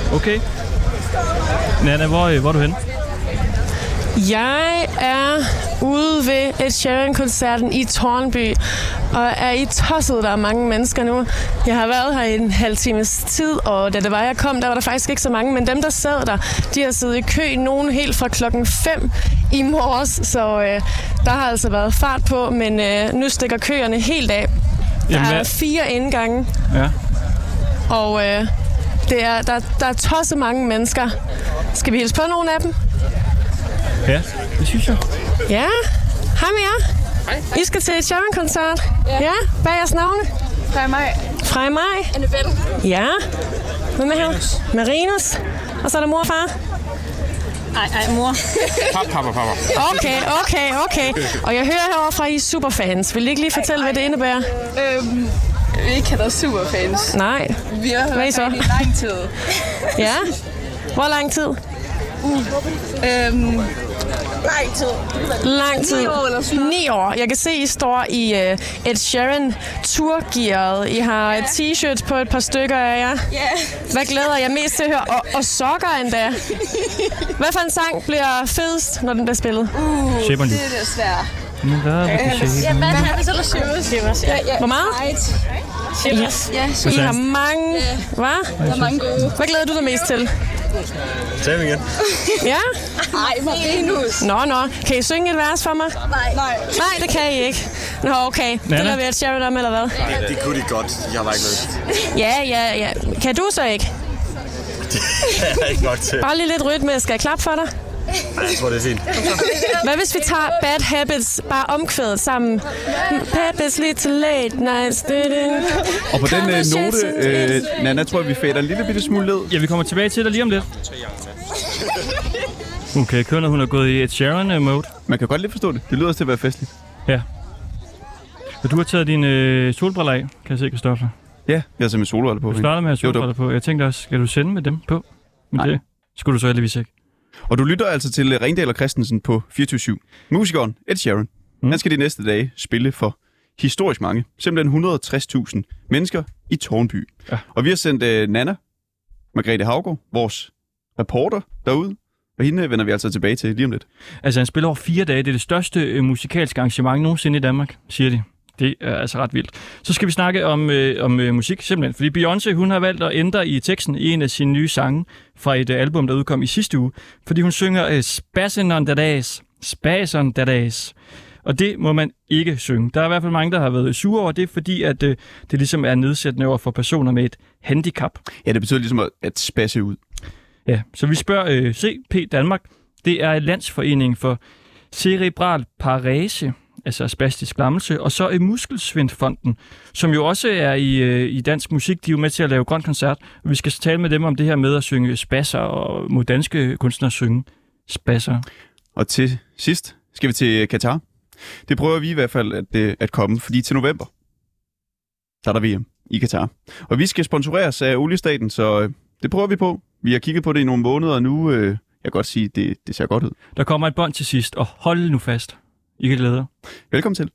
Okay. Nanna, hvor er du henne? Jeg er ude ved Ed Sheeran-koncerten i Tårnby, og er i tosset, der er mange mennesker nu. Jeg har været her i en halv times tid, og da jeg kom, der var der faktisk ikke så mange, men dem, der sad der, de har siddet i kø, nogen helt fra 5:00 i morges, så der har altså været fart på, men nu stikker køerne helt af. Der er 4 indgange, ja. Og der er tosset mange mennesker. Skal vi hilse på nogle af dem? Ja, det synes jeg. Ja, hej med jer. Hej. I skal til et Sheeran-koncert. Ja, hvad er jeres navne? Freja Maj. Annabelle. Ja. Hvem er her? Marinus. Og så er der mor og far? Ej, mor. Papa. Okay. Og jeg hører herovre fra, I er superfans. Vil I ikke lige fortælle, hvad det indebærer? Vi ikke kalder superfans. Nej. Vi har hørt så? i lang tid. Ja. Hvor lang tid? Lang tid. 9 år eller sådan noget. 9 år. Jeg kan se, I står i Ed Sheeran turgearet. I har t-shirts på et par stykker af jer. Ja. Hvad glæder jeg mest til at høre? Og sokker endda. Hvad for en sang bliver fedest, når den bliver spillet? Det er det svært. Ja, Hvad er det så, der Shivers? Hvor meget? Shivers. Ja, I har mange... Hvad? der er mange gode. Hvad glæder du dig mest til? Sam igen. Ja? Ej, Marinus. Nå. Kan I synge et vers for mig? Nej. Nej, det kan I ikke. Nå, okay. Det lader vi et Sheeran om, eller hvad? Det kunne de godt. Jeg var ikke med. Ja. Kan du så ikke? Det er ikke godt til. Bare lige lidt rytme. Skal jeg klappe for dig? Nej, jeg tror, det er fint. Hvad hvis vi tager Bad Habits, bare omkvædet sammen? Habits little late nights. Og på den note, Nanna, tror jeg, vi fader en lille bitte smule ned. Ja, vi kommer tilbage til dig lige om lidt. Okay, kønner, hun er gået i et Sheeran-mode. Man kan godt lidt forstå det. Det lyder også til at være festligt. Ja. Og du har taget dine solbriller af, kan jeg se, Kristoffer. Ja, jeg har simpelthen solbriller på. Du starter med at have solbriller på. Jeg tænkte også, skal du sende med dem på? Men nej. Det skulle du så heldigvis ikke. Og du lytter altså til Ringdal og Christensen på 24/7. Musikeren Ed Sheeran. Han skal de næste dage spille for historisk mange. Simpelthen 160.000 mennesker i Tårnby. Ja. Og vi har sendt Nanna, Margrethe Haugaard, vores reporter derude. Og hende vender vi altså tilbage til lige om lidt. Altså han spiller over 4 dage. Det er det største musikalske arrangement nogensinde i Danmark, siger de. Det er altså ret vildt. Så skal vi snakke om musik, simpelthen. Fordi Beyoncé, hun har valgt at ændre i teksten i en af sine nye sange fra et album, der udkom i sidste uge. Fordi hun synger Spassin' on that ass. Spas on that ass. Og det må man ikke synge. Der er i hvert fald mange, der har været sure over det, fordi at det ligesom er nedsættende over for personer med et handicap. Ja, det betyder ligesom at spasse ud. Ja, så vi spørger CP Danmark. Det er en landsforening for cerebral parese, altså spastisk lammelse, og så Muskelsvindfonden, som jo også er i dansk musik. De er jo med til at lave grøn koncert, og vi skal tale med dem om det her med at synge spasser, og må danske kunstnere synge spasser. Og til sidst skal vi til Katar. Det prøver vi i hvert fald at komme, fordi til november, der er der VM i Katar. Og vi skal sponsoreres af oliestaten, så det prøver vi på. Vi har kigget på det i nogle måneder, og nu jeg kan godt sige, det ser godt ud. Der kommer et bånd til sidst, og hold nu fast. I kan glæde jer. Velkommen til.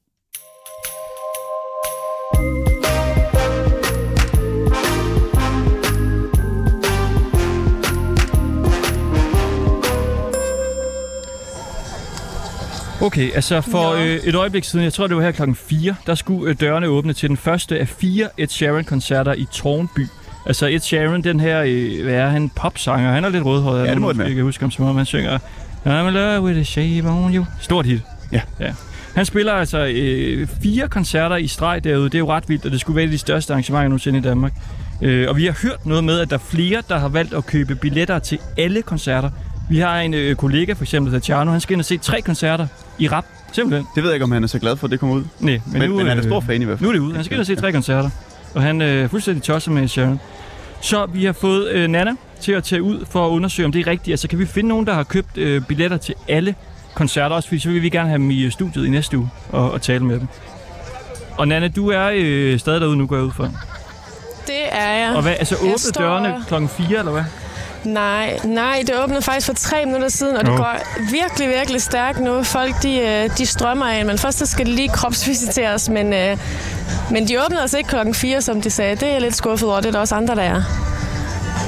Okay, altså for et øjeblik siden, jeg tror det var her klokken 4, der skulle dørene åbne til den første af 4 Ed Sheeran-koncerter i Tårnby. Altså Ed Sheeran, den her, hvad er han, popsanger, han er lidt rødhåret. Ja, det må det være. Jeg kan huske ham, som om han synger I'm in love with a shape on you. Stort hit. Ja. Han spiller altså 4 koncerter i streg derude. Det er jo ret vildt, og det skulle være de største arrangementer nogensinde i Danmark. Og vi har hørt noget med, at der er flere, der har valgt at købe billetter til alle koncerter. Vi har en kollega, for eksempel, der Tjerno, han skal ind og se 3 koncerter i rap. Simpelthen. Det ved jeg ikke, om han er så glad for, at det kommer ud. Nej, men han er stor fan i hvert fald. Nu er det ude. Han skal ind og se 3 koncerter. Og han er fuldstændig tosset med Sharon. Så vi har fået Nanna til at tage ud for at undersøge, om det er rigtigt. Altså, kan vi finde nogen, der har købt billetter til alle koncerter også? Fordi så vil vi gerne have dem i studiet i næste uge og tale med dem. Og Nanna, du er stadig derude nu, går jeg ud for. Det er jeg. Og hvad, altså åbne dørene klokken 4, eller hvad? Nej, det åbnede faktisk for 3 minutter siden, og det går virkelig, virkelig stærkt nu. Folk, de strømmer af, men først så skal det lige kropsvisiteres, men de åbnede altså ikke klokken 4, som de sagde. Det er jeg lidt skuffet over, det er der også andre, der er.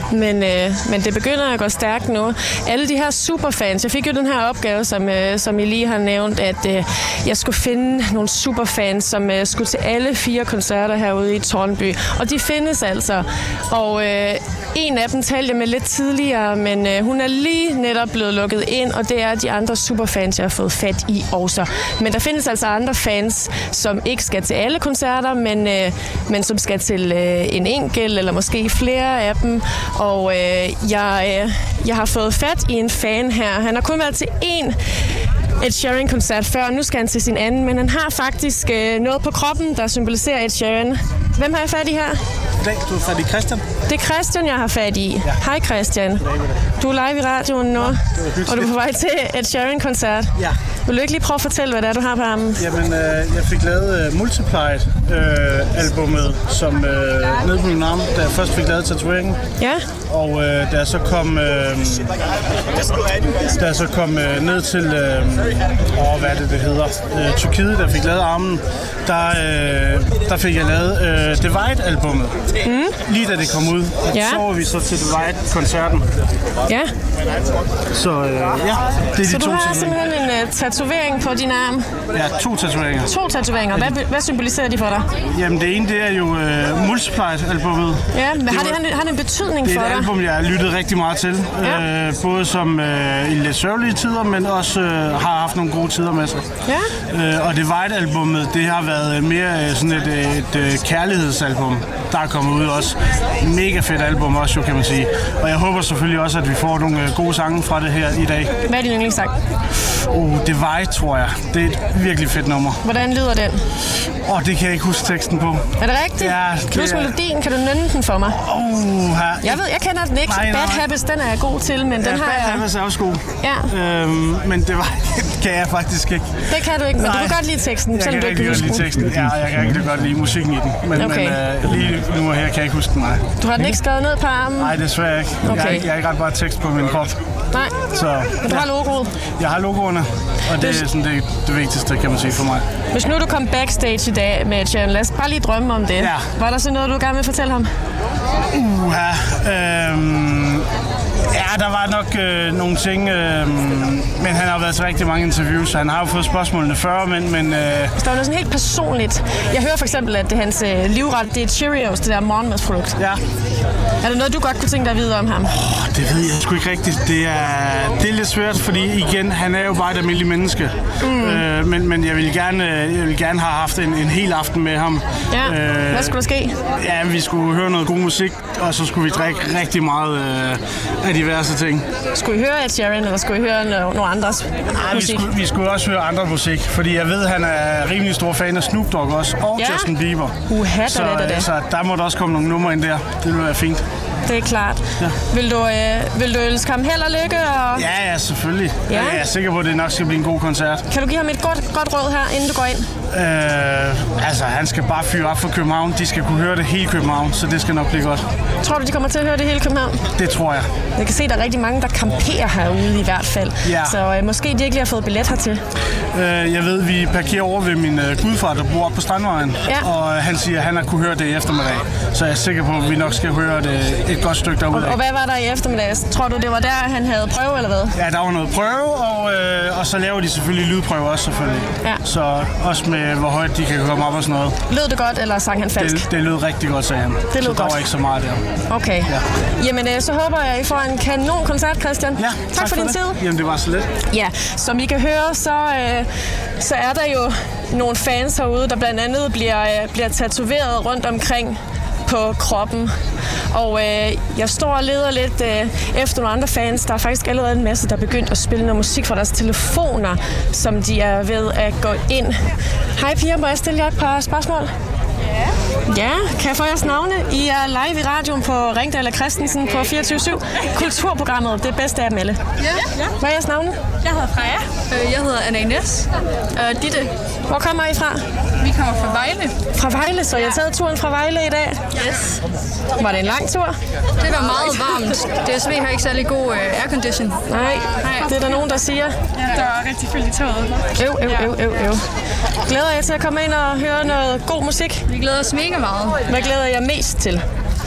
Men det begynder at gå stærkt nu. Alle de her superfans. Jeg fik jo den her opgave, som I lige har nævnt, at jeg skulle finde nogle superfans, som skulle til alle 4 koncerter herude i Tårnby. Og de findes altså. Og en af dem talte jeg med lidt tidligere, men hun er lige netop blevet lukket ind, og det er de andre superfans, jeg har fået fat i også. Men der findes altså andre fans, som ikke skal til alle koncerter, men som skal til en enkelt, eller måske flere af dem. Og jeg har fået fat i en fan her. Han har kun været til én Ed Sheeran-koncert før, nu skal han til sin anden, men han har faktisk noget på kroppen, der symboliserer Ed Sheeran. Hvem har jeg fat i her? Du har fat i Christian. Det er Christian, jeg har fat i. Ja. Hej Christian. Du er live i radioen nu, og du er på vej til Ed Sheeran-koncert. Ja. Vil du ikke lige prøve at fortælle, hvad det er, du har på armen? Jamen, jeg fik lavet Multiplied-albummet, som nede på min arm, da jeg først fik lavet tatoveringen. Ja. Og da jeg så kom, ned til, hvad er det hedder, Tyrkiet, der fik lavet armen, der fik jeg lavet Divide-albummet. Lige da det kom ud. Og så var vi så til Divide-koncerten. Ja. Så det er de 2 ting. Så du har simpelthen en tatovering på din arm? Ja, 2 tatoveringer. 2 tatoveringer. Hvad symboliserer de for dig? Jamen, det ene, det er jo Multiplied-albummet. Ja, men har det en betydning for dig? Det er et album, jeg har lyttet rigtig meget til. Ja. Både som i lidt sørgelige tider, men også har haft nogle gode tider med sig. Ja. Og Divide-albummet, det har været mere sådan et kærlighedsalbum, der er kommet ud også. Mega fedt album også, kan man sige. Og jeg håber selvfølgelig også, at vi får nogle gode sange fra det her i dag. Hvad er din yndlingssang? Divide, tror jeg. Det er et virkelig fedt nummer. Hvordan lyder den? Det kan jeg ikke huske teksten på. Er det rigtigt? Ja. Kan du huske melodien? Kan du nynne den for mig? Jeg kender den ikke. Nej. Bad Habits, den er jeg god til, men den har jeg. Bad Habits er også god. Ja. Men det kan jeg faktisk ikke. Det kan du ikke, men du kan godt lide teksten, selvom du ikke kan huske den. Teksten. Ja, jeg kan rigtig godt lide musikken i den. Men lige nu og her kan jeg ikke huske den, nej. Du har den ikke skrevet ned på armen? Nej, desværre ikke. Okay. Jeg har ikke ret bare tekst på min krop. Nej, men du har logoet? Jeg har logoerne, og det er sådan det vigtigste, kan man sige for mig. Hvis nu du kom backstage i dag med Ed Sheeran, lad os bare lige drømme om det. Ja. Var der så noget, du gerne vil fortælle ham? Ja, der var nok nogle ting, men han har været til rigtig mange interviews, så han har jo fået spørgsmålene før, men der er noget sådan helt personligt. Jeg hører for eksempel, at det hans livret, det er Cheerios, det der morgenmadsprodukt. Ja. Er der noget, du godt kunne tænke dig at vide om ham? Det ved jeg sgu ikke rigtigt. Det er lidt svært, fordi igen, han er jo bare et almindeligt menneske. Men jeg vil gerne have haft en hel aften med ham. Ja. Hvad skulle der ske? Ja, vi skulle høre noget god musik, og så skulle vi drikke rigtig meget af diverse ting. Skulle I høre Ed Sheeran, eller skulle I høre nogle andres musik? Vi skulle også høre andre musik, fordi jeg ved, at han er rimelig stor fan af Snoop Dogg også, og Justin Bieber. Så der må der også komme nogle numre ind der. Det vil være fint. Det er klart. Ja. Vil du ønske ham held og lykke? Og... Ja, selvfølgelig. Ja. Jeg er sikker på, at det nok skal blive en god koncert. Kan du give ham et godt råd her, inden du går ind? Han skal bare fyre op for København. De skal kunne høre det hele København, så det skal nok blive godt. Tror du, de kommer til at høre det hele København? Det tror jeg. Jeg kan se, at der er rigtig mange, der camperer herude i hvert fald. Ja. Så måske de ikke lige har fået billet hertil. Jeg ved, vi parkerer over ved min gudfar, der bor på Strandvejen. Ja. Og han siger, at han har kunne høre det i eftermiddag. Så jeg er sikker på, at vi nok skal høre det et godt stykke derude. Og hvad var der i eftermiddag? Tror du, det var der, han havde prøve, eller hvad? Ja, der var noget prøve, og så laver de selvfølgelig lydprøve også, selvfølgelig. Ja. Så også med, hvor højt de kan komme op og sådan noget. Lød det godt, eller sang han falsk? Det lød rigtig godt, sagde han. Det lød så godt. Der var ikke så meget der. Okay. Ja. Jamen, så håber jeg, I får en kanon koncert, Christian. Ja, tak for din tid. Jamen, det var så let. Ja, som I kan høre, så er der jo nogle fans herude, der blandt andet bliver tatoveret rundt omkring på kroppen. Og jeg står og leder lidt efter nogle andre fans. Der er faktisk allerede en masse, der er begyndt at spille noget musik fra deres telefoner, som de er ved at gå ind. Hej piger, må jeg stille jer et par spørgsmål? Ja, kan jeg få jeres navne? I er live i radioen på Ringdal og Christensen på 24/7. Kulturprogrammet, det bedste af dem alle. Ja. Hvad er jeres navne? Jeg hedder Freja. Jeg hedder Anna Ines. Ditte. Hvor kommer I fra? Vi kommer fra Vejle. Fra Vejle, så jeg har taget turen fra Vejle i dag? Yes. Var det en lang tur? Det var meget varmt. DSV har ikke særlig god aircondition. Nej, det er der nogen, der siger. Ja, der var rigtig fyldt i toget. Øv. Glæder jeg til at komme ind og høre noget god musik? Vi glæder os mega meget. Hvad glæder jeg mest til?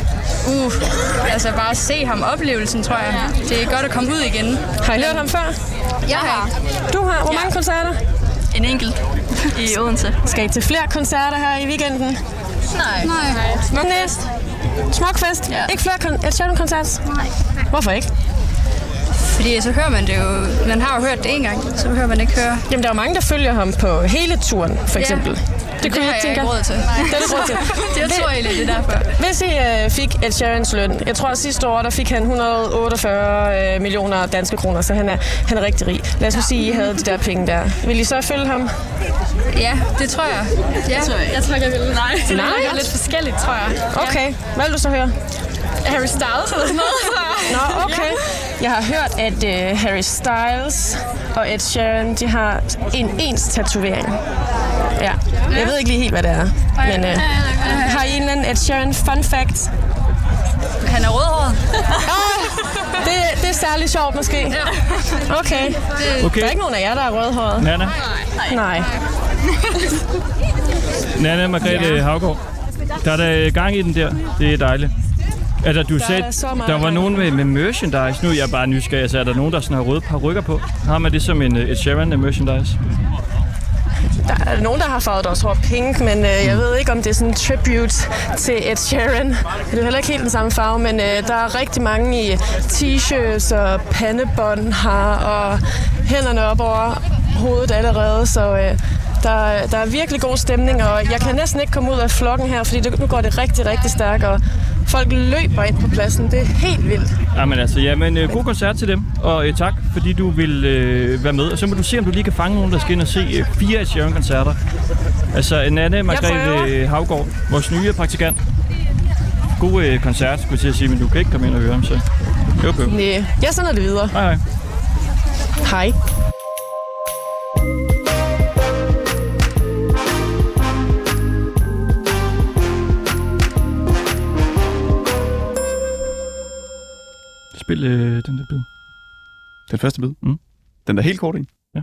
Altså bare se ham, oplevelsen, tror jeg. Det er godt at komme ud igen. Har I hørt ham før? Jeg har. Du har? Hvor mange koncerter? En enkelt i Odense. Skal I til flere koncerter her i weekenden? Nej. Smukfest? Smukfest? Ja. Ikke flere Ed Sheeran-koncert? Nej. Hvorfor ikke? Fordi så hører man det jo... Man har jo hørt det en gang, så behøver man ikke høre. Jamen, der er jo mange, der følger ham på hele turen, for eksempel. Det har jeg ikke råd til. Det er du råd til. Jeg tror egentlig, det er derfor. Hvis I fik Ed Sheerans løn, jeg tror, at sidste år, der fik han 148 millioner danske kroner, så han er rigtig rig. Lad os nu sige, at I havde de der penge der. Vil I så følge ham? Ja, det tror jeg. Ja. Jeg tror ikke, jeg vil. Nej. Det er lidt forskelligt, tror jeg. Okay. Hvad vil du så høre? Harry Styles eller sådan noget. Nå, okay. Jeg har hørt, at Harry Styles og Ed Sheeran, de har en ens tatovering. Ja. Jeg ved ikke lige helt, hvad det er. Men har I en eller anden Ed Sheeran fun fact? Han er rødhåret. Det er særligt sjovt, måske. Okay. Der er ikke nogen af jer, der er rødhåret. Nana? Nej. Nana Margrethe Haugaard. Der er der gang i den der. Det er dejligt. Altså, du sagde, der var nogen med merchandise. Nu er jeg bare nysgerrig. Altså, er der nogen, der sådan har røde parykker på? Har man det som en Ed Sheeran merchandise? Der er nogen, der har farvet deres hår pink, men jeg ved ikke, om det er sådan en tribute til Ed Sheeran. Det er heller ikke helt den samme farve, men der er rigtig mange i t-shirts og pandebånd her, og hænderne op over hovedet allerede, så der er virkelig god stemning, og jeg kan næsten ikke komme ud af flokken her, fordi nu går det rigtig, rigtig stærkt, og folk løber ind på pladsen. Det er helt vildt. Jamen, god koncert til dem, og tak, fordi du vil være med. Og så må du se, om du lige kan fange nogen, der skal ind og se 4 Ed Sheeran-koncerter. Altså, Nana Margrethe Haugaard, vores nye praktikant. God koncert, skulle jeg til at sige, men du kan ikke komme ind og høre ham, så Nej, jeg sender det videre. Hej. Hej. Spil den der bid. Den første bid? Mm. Den der helt kort, ikke? Ja.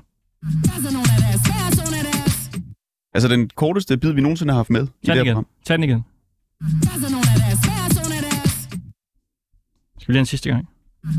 Altså den korteste bid, vi nogensinde har haft med i det her program. Tag den igen. Skal vi lige en sidste gang?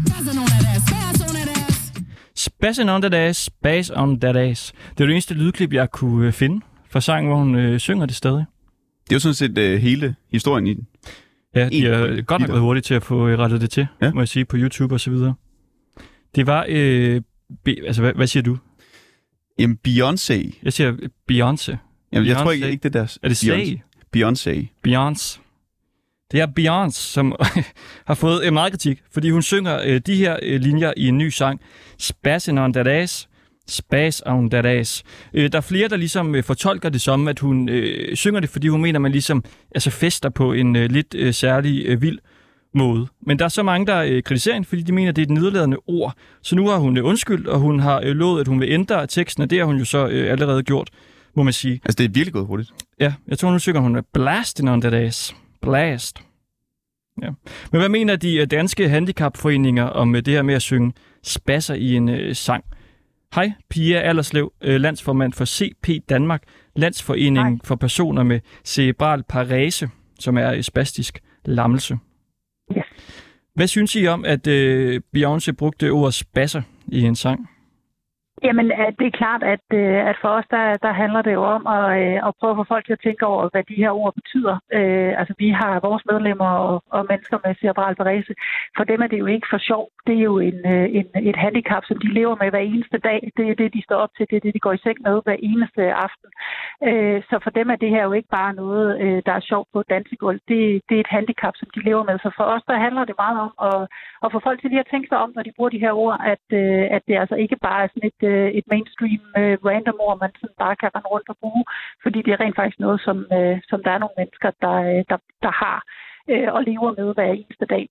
Spassin' on that ass, space on that ass. Det er det eneste lydklip, jeg kunne finde fra sangen, hvor hun synger det stadig. Det er jo sådan set hele historien i den. Ja, de har godt nok været hurtigt til at få rettet det til, må jeg sige, på YouTube og så videre. Det var... hvad siger du? Jamen, Beyoncé. Jeg siger Beyoncé. Jamen, jeg tror ikke det der... Er det Slay? Beyoncé. Beyoncé. Det er Beyoncé, som har fået meget kritik, fordi hun synger de her linjer i en ny sang. Spassin' on that ass. Spas on that ass. Der er flere, der ligesom fortolker det som, at hun synger det, fordi hun mener, man ligesom fester på en lidt særlig vild måde. Men der er så mange, der kritiserer hende, fordi de mener, at det er et nedladende ord. Så nu har hun undskyldt, og hun har lovet, at hun vil ændre teksten, og det har hun jo så allerede gjort, må man sige. Altså, det er virkelig gået hurtigt. Ja, jeg tror, nu synger hun Blastin' on that ass. Blast. Ja. Men hvad mener de danske handicapforeninger om det her med at synge spasser i en sang? Hej, Pia Allerslev, landsformand for CP Danmark, Landsforeningen for personer med cerebral parese, som er spastisk lammelse. Ja. Hvad synes I om, at Beyoncé brugte ordet spasser i en sang? Jamen, det er klart, at for os, der handler det jo om at prøve at få folk til at tænke over, hvad de her ord betyder. Altså, vi har vores medlemmer og mennesker med cerebral parese. For dem er det jo ikke for sjov. Det er jo et handicap, som de lever med hver eneste dag. Det er det, de står op til. Det er det, de går i seng med hver eneste aften. Så for dem er det her jo ikke bare noget, der er sjovt på et dansegulv. Det er et handicap, som de lever med. Så for os, der handler det meget om at få folk til lige at tænke sig om, når de bruger de her ord, at det altså ikke bare er sådan et mainstream random ord, man sådan bare kan rende rundt og bruge, fordi det er rent faktisk noget, som der er nogle mennesker, der har og lever med hver eneste dag.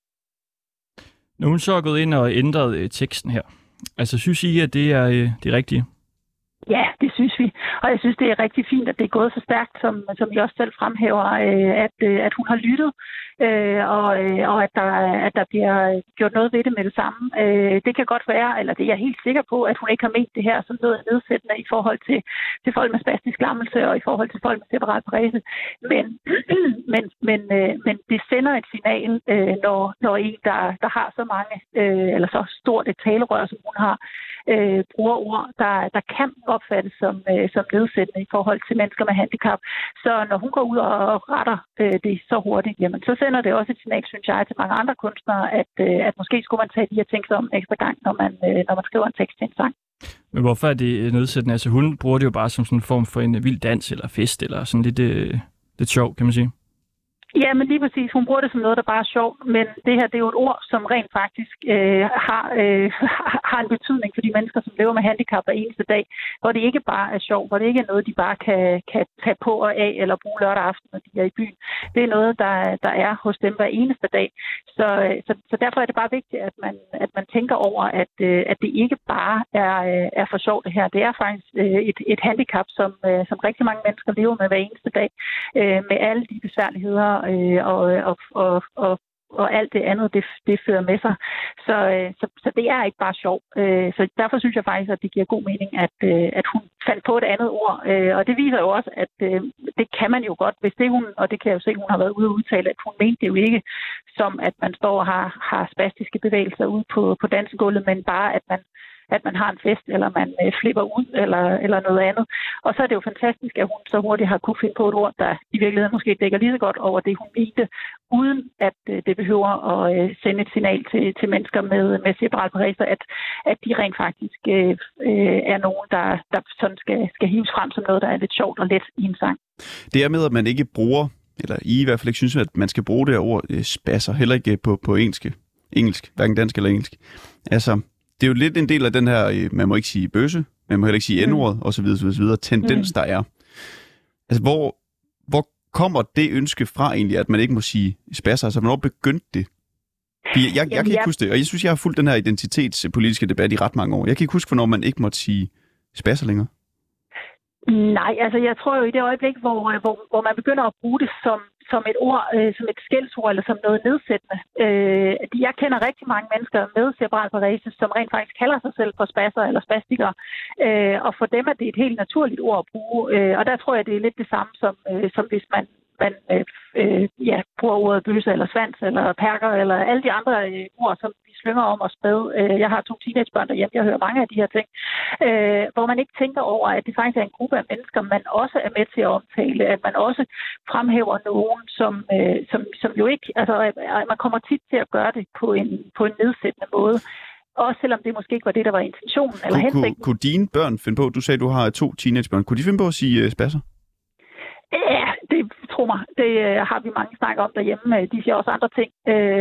Nu hun så er gået ind og ændret teksten her. Altså, synes I, at det er det rigtige? Ja, det synes vi. Og jeg synes, det er rigtig fint, at det er gået så stærkt, som I også selv fremhæver, at hun har lyttet, og at der bliver gjort noget ved det med det samme. Det kan godt være, eller det er jeg helt sikker på, at hun ikke har ment det her som noget nedsættende i forhold til folk med spastisk lammelse og i forhold til folk med cerebral parese. Men det sender et signal, når en, der har så mange, eller så stort et talerør, som hun har, bruger ord, der kan opfattes som nedsættende i forhold til mennesker med handicap. Så når hun går ud og retter det så hurtigt, jamen, så sender det også et signal, synes jeg, til mange andre kunstnere, at måske skulle man tage de her ting om ekstra gang, når man skriver en tekst til en sang. Men hvorfor er det nedsættende? Altså hun bruger det jo bare som sådan en form for en vild dans eller fest, eller sådan lidt sjov, kan man sige. Ja, men lige præcis. Hun bruger det som noget, der bare er sjovt, men det her, det er jo et ord, som rent faktisk har en betydning for de mennesker, som lever med handicap hver eneste dag, hvor det ikke bare er sjovt, hvor det ikke er noget, de bare kan tage på og af eller bruge lørdag aften, når de er i byen. Det er noget, der er hos dem hver eneste dag. Så derfor er det bare vigtigt, at man tænker over, at det ikke bare er for sjovt det her. Det er faktisk et handicap, som rigtig mange mennesker lever med hver eneste dag, med alle de besværligheder og alt det andet, det fører med sig. Så det er ikke bare sjov. Så derfor synes jeg faktisk, at det giver god mening, at hun fandt på et andet ord. Og det viser jo også, at det kan man jo godt, hvis det hun, og det kan jeg jo se, hun har været ude og udtale, at hun mente det jo ikke som, at man står og har spastiske bevægelser ude på dansegulvet, men bare, at man har en fest, eller man flipper ud, eller noget andet. Og så er det jo fantastisk, at hun så hurtigt har kunne finde på et ord, der i virkeligheden måske dækker lige så godt over det, hun mente, uden at det behøver at sende et signal til mennesker med cerebral parese, at de rent faktisk er nogen, der sådan skal hives frem som noget, der er lidt sjovt og let i en sang. Det er med, at man ikke bruger, eller I hvert fald ikke synes, at man skal bruge det her ord spasser, heller ikke på engelsk, hverken dansk eller engelsk. Altså, det er jo lidt en del af den her, man må ikke sige bøsse, man må heller ikke sige n-ordet, osv., tendens, der er. Altså, hvor kommer det ønske fra egentlig, at man ikke må sige spasser? Altså, hvornår begyndte det? Jeg kan ikke huske det, og jeg synes, jeg har fulgt den her identitetspolitiske debat i ret mange år. Jeg kan ikke huske, hvornår man ikke måtte sige spasser længere. Nej, altså jeg tror jo i det øjeblik, hvor man begynder at bruge det som et ord, som et skældsord eller som noget nedsættende. Jeg kender rigtig mange mennesker med cerebral parese, som rent faktisk kalder sig selv for spasser eller spastikere. Og for dem er det et helt naturligt ord at bruge. Og der tror jeg, det er lidt det samme som hvis man bruger ordet bøsse eller svans eller perker eller alle de andre ord, som vi slynger om og spæde. Jeg har 2 teenagebørn derhjemme, jeg hører mange af de her ting, hvor man ikke tænker over, at det faktisk er en gruppe af mennesker, man også er med til at omtale, at man også fremhæver nogen, som jo ikke, altså man kommer tit til at gøre det på en nedsættende måde. Også selvom det måske ikke var det, der var intentionen eller hensigten. Kunne dine børn finde på, du sagde, du har 2 teenagebørn, kunne de finde på at sige spasser? Ja, det tror mig. Det har vi mange snakker om derhjemme. De siger også andre ting,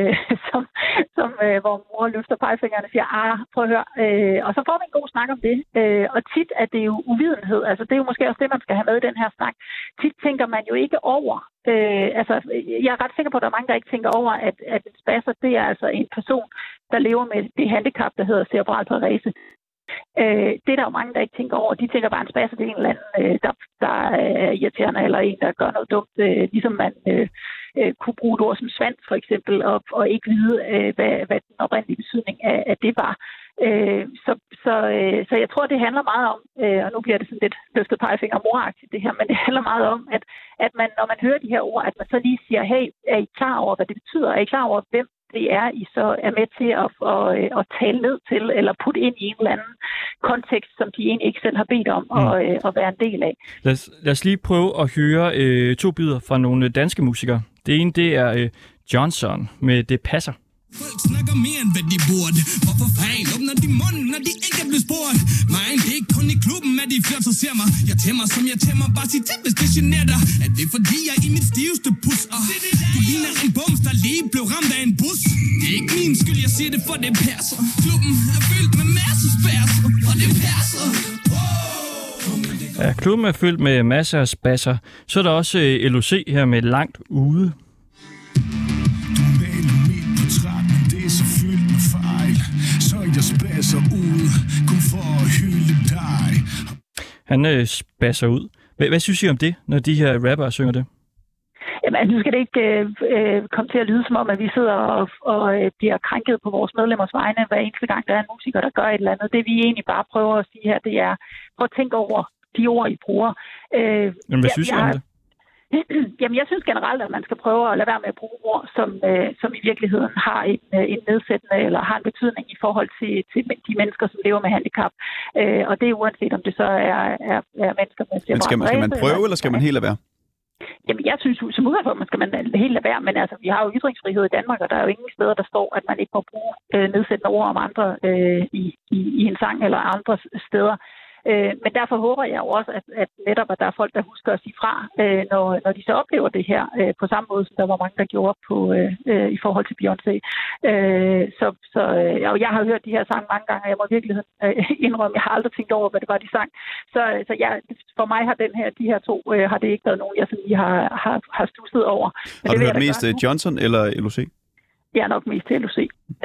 hvor mor løfter pegefingeren og siger, prøv at høre. Og så får vi en god snak om det. Og tit er det jo uvidenhed. Altså, det er jo måske også det, man skal have med i den her snak. Tit tænker man jo ikke over. Jeg er ret sikker på, at der er mange, der ikke tænker over, at en spasser, det er altså en person, der lever med det handicap, der hedder cerebral parese. Det er der jo mange, der ikke tænker over. De tænker bare, en spasser, det er en eller anden, der er irriterende, eller en, der gør noget dumt. Ligesom man kunne bruge et ord som svans, for eksempel, og ikke vide, hvad den oprindelige betydning af det var. Så jeg tror, det handler meget om, og nu bliver det sådan lidt løftet pegefinger moragtigt det her, men det handler meget om, at man, når man hører de her ord, at man så lige siger, hey, er I klar over, hvad det betyder? Er I klar over, hvem det er, I så er med til at tale ned til, eller putte ind i en eller anden kontekst, som de egentlig ikke selv har bedt om at være en del af. Lad os lige prøve at høre 2 bidder fra nogle danske musikere. Det ene, det er Johnson med Det passer. Folk snakker mere end hvad de burde. Hvorfor fanden åbner de munden, når de ikke er blevet spurgt? Nej, det er ikke kun i klubben, at de flot så ser mig. Jeg tæmmer som jeg tæmmer, bare sig til, hvis det generer dig. Er det fordi jeg er i mit stiveste pus? Du ligner en bums, der lige blev ramt af en bus. Det er ikke min skyld, jeg siger det, for det passer. Klubben er fyldt med masser af spasser, og det passer. Ja, klubben er fyldt med masser af spasser. Så er der også LOC her med Langt Ude. Han spasser ud. Hvad synes I om det, når de her rappere synger det? Jamen, altså, nu skal det ikke komme til at lyde som om, at vi sidder og bliver krænket på vores medlemmers vegne hver eneste gang, der er en musiker, der gør et eller andet. Det vi egentlig bare prøver at sige her, det er, prøv at tænke over de ord, I bruger. Men hvad synes I om det? Jamen, jeg synes generelt, at man skal prøve at lade være med at bruge ord, som i virkeligheden har en nedsættende eller har en betydning i forhold til de mennesker, som lever med handicap. Og det er uanset, om det så er mennesker med cerebral parese. Men skal man prøve, eller skal man helt lade være? Jamen, jeg synes som udgangspunkt, skal man helt lade være, men altså, vi har jo ytringsfrihed i Danmark, og der er jo ingen steder, der står, at man ikke må bruge nedsættende ord om andre i en sang eller andre steder. Men derfor håber jeg jo også, at netop, at der er folk, der husker at sige fra, når de så oplever det her, på samme måde, som der var mange, der gjorde op på i forhold til Beyoncé. Jeg har hørt de her sange mange gange, og jeg må i virkeligheden indrømme, jeg har aldrig tænkt over, hvad det var, de sang. Så for mig har de her to, har det ikke været nogen, jeg sådan lige har stusset over. Men har du hørt mest Johnson eller LOC? Jeg er nok mest til LOC.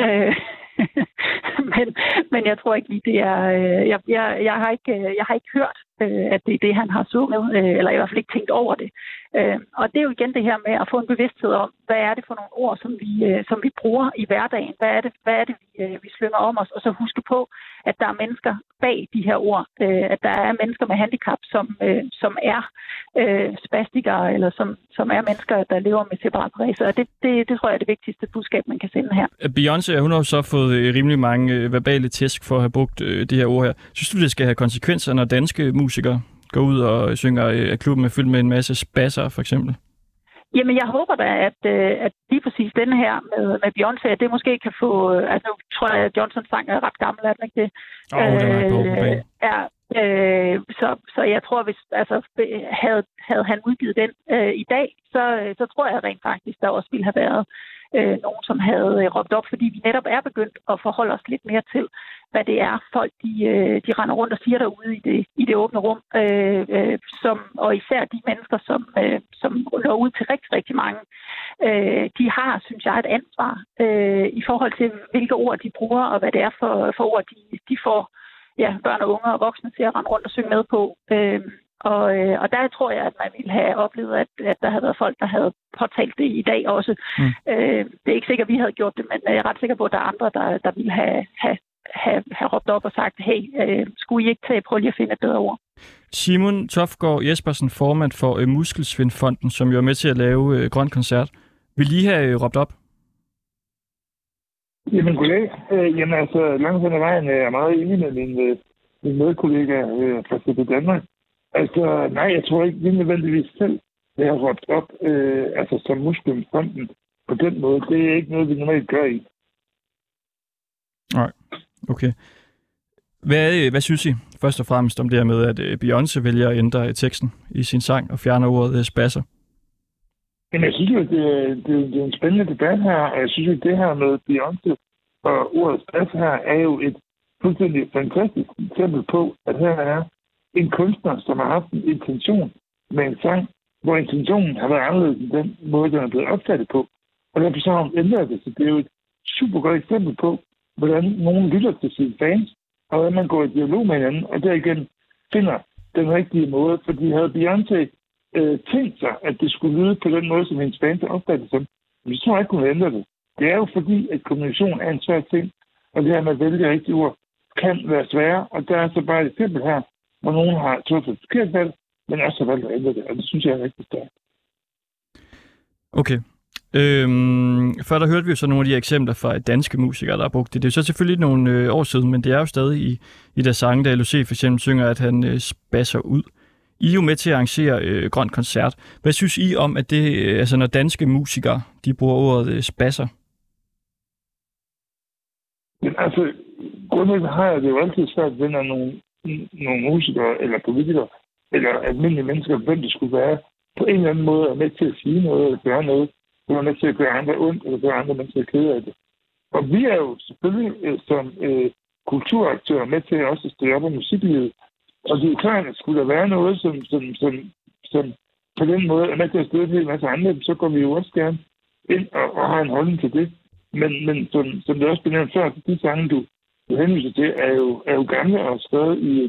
men jeg tror ikke lige, det er... Jeg har ikke hørt, at det er det, han har sunget, eller i hvert fald ikke tænkt over det. Og det er jo igen det her med at få en bevidsthed om, hvad er det for nogle ord, som vi bruger i hverdagen? Hvad er det vi slynger om os? Og så huske på, at der er mennesker bag de her ord. At der er mennesker med handicap, som er spastikere, eller som er mennesker, der lever med cerebral parese. Og det tror jeg er det vigtigste budskab, man kan sende her. Beyoncé, hun har så fået rimelig mange verbale tæsk for at have brugt det her ord her. Synes du, det skal have konsekvenser, når danske musikere går ud og synger, at klubben er fyldt med en masse spasser, for eksempel? Jamen, jeg håber da, at lige præcis denne her med Beyoncé, at det måske kan få... Altså, nu tror jeg, at Johnsons sang er ret gammel, er den ikke det? Så jeg tror, hvis havde han udgivet den i dag, så tror jeg rent faktisk, der også ville have været nogen, som havde råbt op, fordi vi netop er begyndt at forholde os lidt mere til, hvad det er, folk de render rundt og siger derude i det åbne rum, og især de mennesker, som når ud til rigtig, rigtig mange, de har, synes jeg, et ansvar i forhold til, hvilke ord de bruger, og hvad det er for ord, de får børn og unge og voksne til at rende rundt og synge med på. Og der tror jeg, at man ville have oplevet, at der havde været folk, der havde påtalt det i dag også. Det er ikke sikkert, at vi havde gjort det, men jeg er ret sikker på, at der er andre, der ville have råbt op og sagt, hey, skulle I ikke prøve lige at finde et bedre ord? Simon Tofgaard Jespersen, formand for Muskelsvindfonden, som jo er med til at lave Grøn Koncert. Vil I have råbt op? Jamen, goddag. Langt hen ad vejen er jeg meget enig med min medkollega fra CP Danmark. Nej, jeg tror ikke, vi nødvendigvis selv har råbt op som Muskelsvindfonden på den måde. Det er ikke noget, vi normalt gør i. Nej, okay. Hvad synes I først og fremmest om det her med, at Beyoncé vælger at ændre teksten i sin sang og fjerner ordet spasser? Jamen, jeg synes jo, det er en spændende debat her, og jeg synes jo, det her med Beyoncé og ordet spasser her er jo et fuldstændig fantastisk eksempel på, at her er en kunstner, som har haft en intention med en sang, hvor intentionen har været anderledes end den måde, den er blevet opfattet på. Og derfor så har hun ændret det, så det er jo et super godt eksempel på, hvordan nogen lytter til sine fans, og hvordan man går i dialog med hinanden, og der igen finder den rigtige måde. Fordi havde Beyoncé tænkt sig, at det skulle lyde på den måde, som hendes fans opfattet som, men så tror jeg ikke, hun ændre det. Det er jo fordi, at kommunikation er en svær ting, og det her med at vælge rigtige ord kan være svære, og der er så bare et eksempel her, hvor nogen har truffet et forkert valg, men også har valgt at ændre det, og det synes jeg er rigtig stærkt. Okay. Før der hørte vi jo så nogle af de eksempler fra danske musikere, der har brugt det. Det er jo så selvfølgelig nogle år siden, men det er jo stadig i der sange, der LOC for eksempel synger, at han spasser ud. I er jo med til at arrangere Grøn Koncert. Hvad synes I om, at det, når danske musikere, de bruger ordet spasser? Men grundlæggende har jeg det jo altid svært ved, når nogle musikere eller politikere eller almindelige mennesker, hvem det skulle være, på en eller anden måde er med til at sige noget eller gøre noget, eller er med til at gøre andre ondt eller gøre andre mennesker kede af det. Og vi er jo selvfølgelig som kulturaktører med til også at stå op af musiklivet. Og det er klart, at skulle der være noget, som på den måde er med til at støtte en hel masse andre, så går vi jo også gerne ind og har en holdning til det. Men som det også blev nævnt før, de sange, du henviser til, er jo gamle og skrevet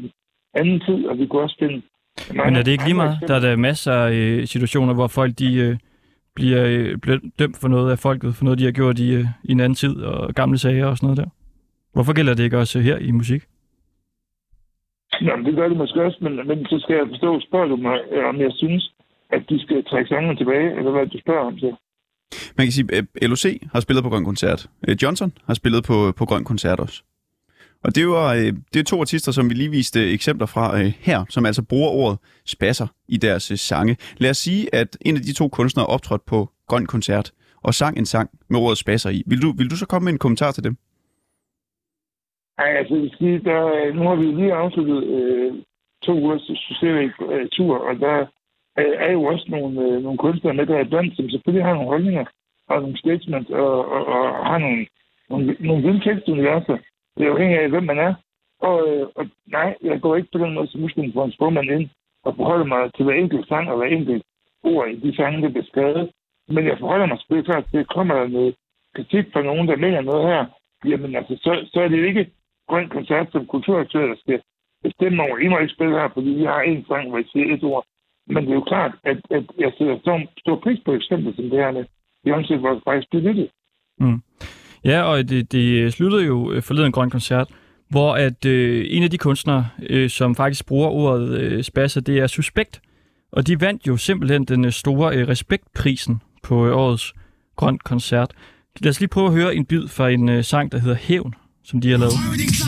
anden tid, og vi kunne også finde... Men er det ikke lige meget? Der er der masser af situationer, hvor folk de bliver dømt for noget af folket, for noget, de har gjort i en anden tid, og gamle sager og sådan noget der. Hvorfor gælder det ikke også her i musik? Jamen, det gør det måske også, men så skal jeg forstå, spørger du mig, om jeg synes, at de skal trække sangene tilbage, eller hvad du spørger om så? Man kan sige, at LOC har spillet på Grøn Koncert. Johnson har spillet på Grøn Koncert også. Og det er 2 artister, som vi lige viste eksempler fra her, som altså bruger ordet spasser i deres sange. Lad os sige, at en af de 2 kunstnere optrådte på Grøn Koncert og sang en sang med ordet spasser i. Vil du så komme med en kommentar til dem? Nej, altså nu har vi lige afsluttet 2 ugers sociale tur, og der er jo også nogle kunstnere med der er blandt, som selvfølgelig har nogle holdninger og nogle statements og har nogle vilde tekstuniverser. Det er afhængigt af, hvem man er. Og nej, jeg går ikke på den måde som muslim for en sprogmand ind og forholder mig til hver enkelt sang og hver enkelt ord i de sange, der bliver skrevet. Men jeg forholder mig selvfølgelig klart til, at kommer der noget kritik fra nogen, der mener noget her, jamen altså, så er det jo ikke Grøn Koncert som kulturaktør, der skal bestemme over. I må ikke spille her, fordi vi har en sang, hvor jeg siger 1 ord. Men det er jo klart, at jeg sætter stor pris på eksempel som det her med Beyoncé, hvor det faktisk bliver lyttet. Mm. Ja, og det sluttede jo forleden Grøn Koncert, hvor at en af de kunstnere, som faktisk bruger ordet spasser, det er Suspekt. Og de vandt jo simpelthen den store respektprisen på årets Grøn Koncert. Lad os lige prøve at høre en bid fra en sang, der hedder Hævn, som de har lavet.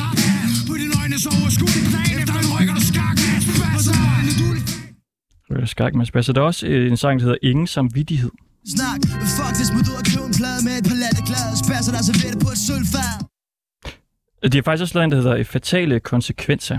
Skak med spasser. Der er også en sang, der hedder Ingen Samvittighed. Snak, faktisk må du have købt en plade med et par latterglade spasser, der så ved på et sølvfad. De har faktisk også lavet en, der hedder Fatale Konsekvenser.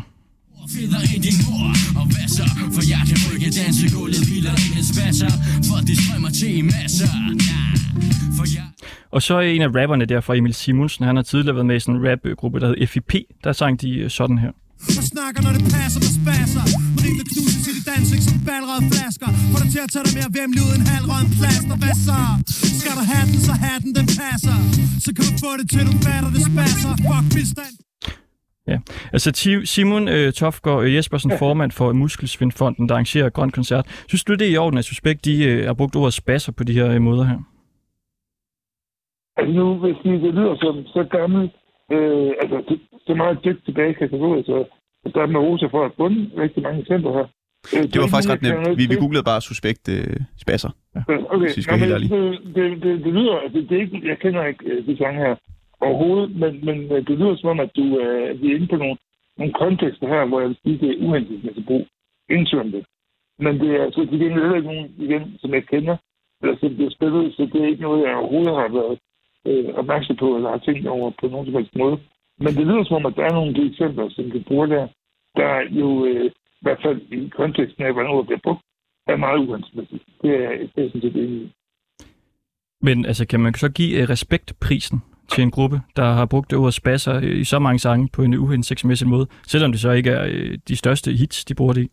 Og så er en af rapperne der fra Emil Simonsen, han har tidligere været med i sådan en rapgruppe, der hedder FIP. Der sang de sådan her. Jeg snakker, når det passer med spasser. Marie knuser til dit ansigt som ballerede flasker. Får dig til at tage dig mere vemmelig ud en halvrød plaster. Hvad så? Skal du have den, så hatten den passer. Så kan du få det til, du fatter det spasser. Fuck bistand. Ja, altså Simon Tofgaard Jespersen, formand for Muskelsvindfonden, der arrangerer Grøn Koncert. Synes du, det er i orden, at Suspekt de har brugt ordet spasser på de her måder her? Altså nu, hvis det lyder som så gammelt, altså så meget dybt tilbage i kategoriet, så der er med Rosa for at bunde rigtig mange eksempler her. Det var faktisk ret nemt. Vi googlede bare Suspekt spasser. Ja. Okay, det lyder, altså det er ikke, jeg kender ikke de sange her overhovedet, men det lyder som om, at vi er inde på nogle kontekster her, hvor jeg vil sige, det er uhensigtsmæssigt brug. Indtøren det. Men det er altså det er heller ikke nogen, igen, som jeg kender, eller som bliver spillet, så det er ikke noget, jeg overhovedet har været opmærksom på, eller har tænkt over på nogen som helst måde. Men det lyder som om, at der er nogle af de eksempler, som vi bruger der jo i hvert fald i konteksten af, hvordan ordet bliver brugt, er meget uhensigtsmæssigt. Det er sådan set enig i. Men altså, kan man så give respektprisen til en gruppe, der har brugt ordet spasser i så mange sange på en uhensigtsmæssig måde, selvom det så ikke er de største hits, de bruger det i?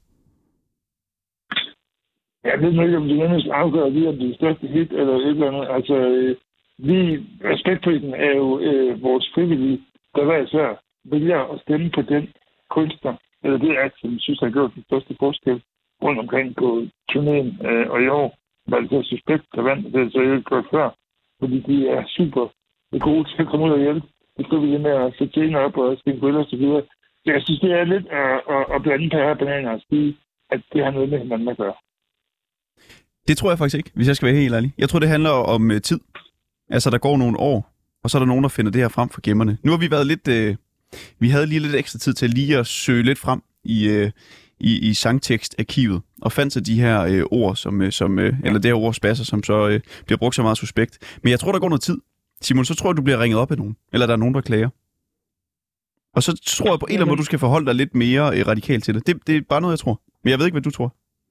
Jeg ved ikke, om det er afgør lige, om det er de største hit eller et eller andet. Altså, respektprisen er jo vores frivillige, der hver især vælger at stemme på den kunstner, eller det er, som jeg synes, har gjort den største forskel rundt omkring på turnéen. Og i år var det så Suspekt, der vandt, det er så ikke godt før, fordi de er super gode til at komme ud og hjælpe. Det skal vi lige med at sætte tingene op og spille bøller og så videre. Så jeg synes, det er lidt at blande pære og bananer og sige, at det har noget med hinanden at gøre. Det tror jeg faktisk ikke, hvis jeg skal være helt ærlig. Jeg tror, det handler om tid. Altså, der går nogle år, og så er der nogen, der finder det her frem for gemmerne. Nu har vi været lidt... vi havde lige lidt ekstra tid til lige at søge lidt frem i sangtekstarkivet, og fandt så de her ord, eller det her ord spasser, som så bliver brugt så meget Suspekt. Men jeg tror, der går noget tid. Simon, så tror jeg, du bliver ringet op af nogen. Eller der er nogen, der klager. Og så tror jeg på en eller anden måde, du skal forholde dig lidt mere radikalt til det. Det er bare noget, jeg tror. Men jeg ved ikke, hvad du tror.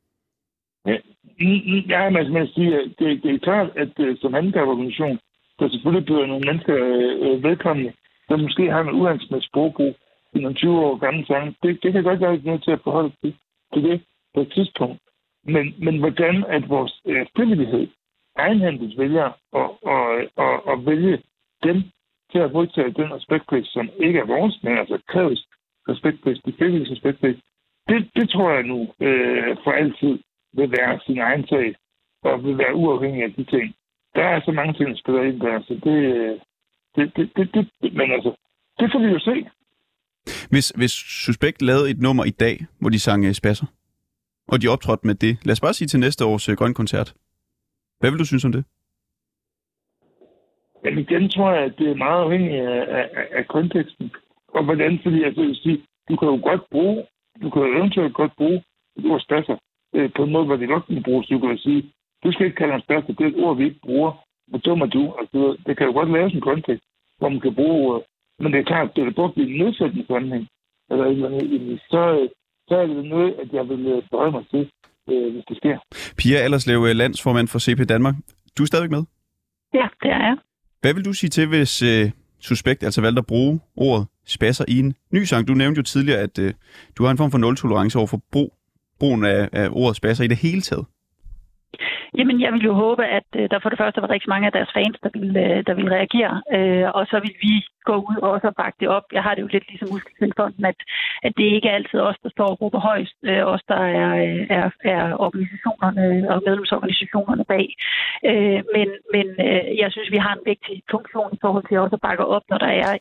Ja, men man siger, det er klart, at som handicaporganisation, der selvfølgelig bliver nogle mennesker velkomne, der måske har en uhensigtsmæssig sprogbrug i nogle 20 år gamle sange. Det kan godt være nødt til at forholde sig til det på et tidspunkt. Men hvordan at vores frivillighed egenhændigt vælger at vælge dem til at modtage den respektpris, som ikke er vores, men altså kræves respektpris, de frivillige respektpris, det tror jeg nu for altid vil være sin egen sag, og vil være uafhængig af de ting. Der er så mange ting, der spiller ind der, så men altså, det får vi jo se. Hvis Suspekt lavede et nummer i dag, hvor de sang spasser, og de optrådte med det, lad os bare sige til næste års Grøn Koncert. Hvad vil du synes om det? Jamen igen tror jeg, at det er meget afhængigt af konteksten. Og hvordan, fordi altså, jeg vil sige, du kan jo eventuelt godt bruge et ord spasser på en måde, hvor det godt kan bruges. Du kan sige, du skal ikke kalde en spasser, det er et ord, vi ikke bruger. Hvor dum er du? Altså, det kan jo godt laves en kontekst, hvor man kan bruge ordet. Men det er klart, at det er brugt i en nedsættende sammenhæng. Så er det noget, at jeg vil berøre mig til, hvis det sker. Pia Allerslev, landsformand for CP Danmark. Du er stadigvæk med? Ja, det er jeg. Hvad vil du sige til, hvis Suspekt altså valgte at bruge ordet spasser i en ny sang? Du nævnte jo tidligere, at du har en form for nul-tolerance over for brugen af ordet spasser i det hele taget. Jamen, jeg vil jo håbe, at der for det første var rigtig mange af deres fans, der ville reagere. Og så vil vi gå ud og også bakke det op. Jeg har det jo lidt ligesom Muskelsvindfonden, at det ikke er altid os, der står og råber højst. Os, der er organisationerne og medlemsorganisationerne bag. Men jeg synes, vi har en vigtig funktion i forhold til også at bakke op, når der er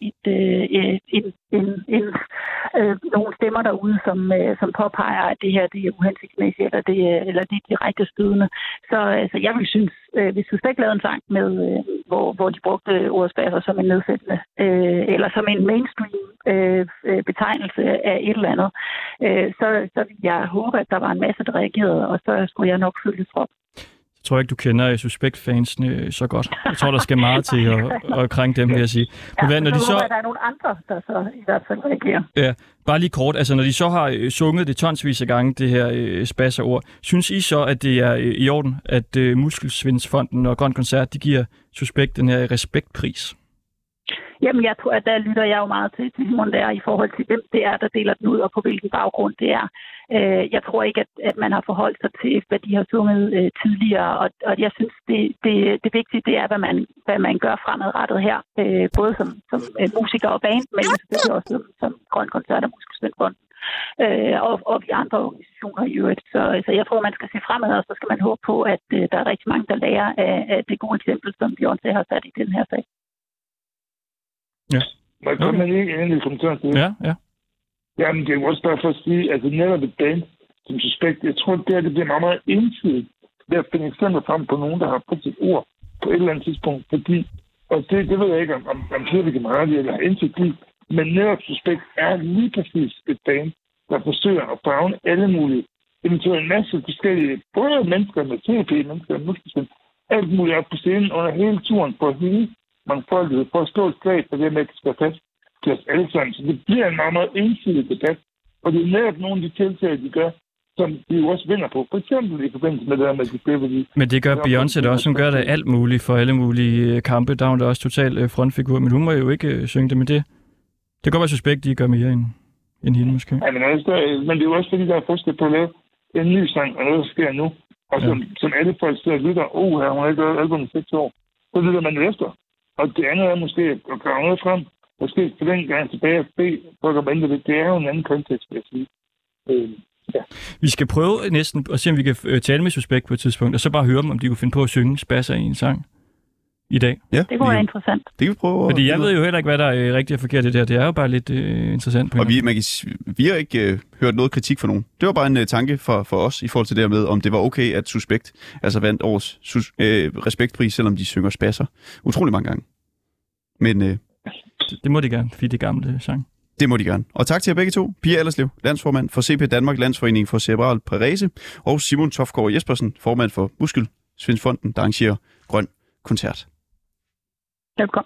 nogle stemmer derude, som påpeger, at det her det er uhensigtsmæssigt, eller det er direkte stødende. Så jeg vil synes, hvis Suspekt lavede en sang med, hvor de brugte ordet spasser som en nedsættende, eller som en mainstream betegnelse af et eller andet, så vil jeg håbe, at der var en masse, der reagerede, og så skulle jeg nok følge trop. Jeg tror ikke, du kender Suspekt-fansene så godt. Jeg tror, der skal meget til at krænke dem, vil jeg sige. Men når de så... der er nogle andre, der så i hvert fald reagerer. Ja, bare lige kort. Altså, når de så har sunget det tonsvis af gange, det her spasserord, synes I så, at det er i orden, at Muskelsvindfonden og Grøn Koncert, de giver Suspekt den her respektpris? Jamen, jeg tror, at der lytter jeg jo meget til Simon der i forhold til, hvem det er, der deler den ud, og på hvilken baggrund det er. Jeg tror ikke, at man har forholdt sig til, hvad de har sunget tidligere, og jeg synes, det vigtige, det er, hvad man gør fremadrettet her, både som musiker og band, men selvfølgelig også som Grøn Koncert og Muskelsvindfonden. Og vi andre organisationer i øvrigt. Så jeg tror, man skal se fremad, og så skal man håbe på, at der er rigtig mange, der lærer af det gode eksempel, som Beyoncé har sat i den her sag. Ja. Man kan man ikke endelig kommentere til det? Ja. Jamen, det er jo også bare for at sige, altså netop et band som Suspekt, jeg tror, det bliver meget, meget ensidigt ved at finde eksempler frem på nogen, der har brugt et ord på et eller andet tidspunkt, fordi, og det ved jeg ikke, om Kirke kan meget eller har indsigt i, men netop Suspekt er lige præcis et band, der forsøger at favne alle mulige, eventuelt en masse forskellige, både mennesker med TP, mennesker med Muskelsvind, alt muligt op på scenen under hele turen for hele mangfoldighed, for at stå et slag for det med, at det skal fast til os alle sammen. Så det bliver en meget, meget ensidig debat, og det er netop nogle af de tiltag, de gør, som de jo også vinder på. For eksempel i forbindelse med det der med de Beverly. Men det gør Beyoncé da også. Hun gør det alt muligt for alle mulige kampe. Der er hun da også total frontfigur, men hun må jo ikke synge det med det. Det kan godt være Suspekt, de gør mere end hende måske. Ja, men det er jo også fordi, der er forskel på at lave en ny sang, og noget, der sker nu. Og som alle folk sidder og lytter, hun har ikke lavet album i 6 år. Så lytter man jo efter. Og det andet er måske at grave noget frem, måske for den gang tilbage og bede for at vente det. Det er jo en anden kontekst, vil jeg sige. Ja. Vi skal prøve næsten at se, om vi kan tale med Suspekt på et tidspunkt, og så bare høre dem, om de kunne finde på at synge spasser i en sang i dag. Ja, det kunne være interessant. Det kan vi prøve. Fordi jeg ved jo heller ikke, hvad der er rigtigt og forkert i det her. Det er jo bare lidt interessant. På og vi har ikke hørt noget kritik fra nogen. Det var bare en tanke for os i forhold til det her med, om det var okay, at Suspekt altså vandt årets respektpris, selvom de synger spasser utrolig mange gange. Men det må de gerne, fordi det er gamle sang. Det må de gerne. Og tak til jer begge to. Pia Allerslev, landsformand for CP Danmark, Landsforening for Cerebral Parese, og Simon Toftgaard Jespersen, formand for Muskelsvindfonden, der arrangerer Grøn Koncert. Velkommen.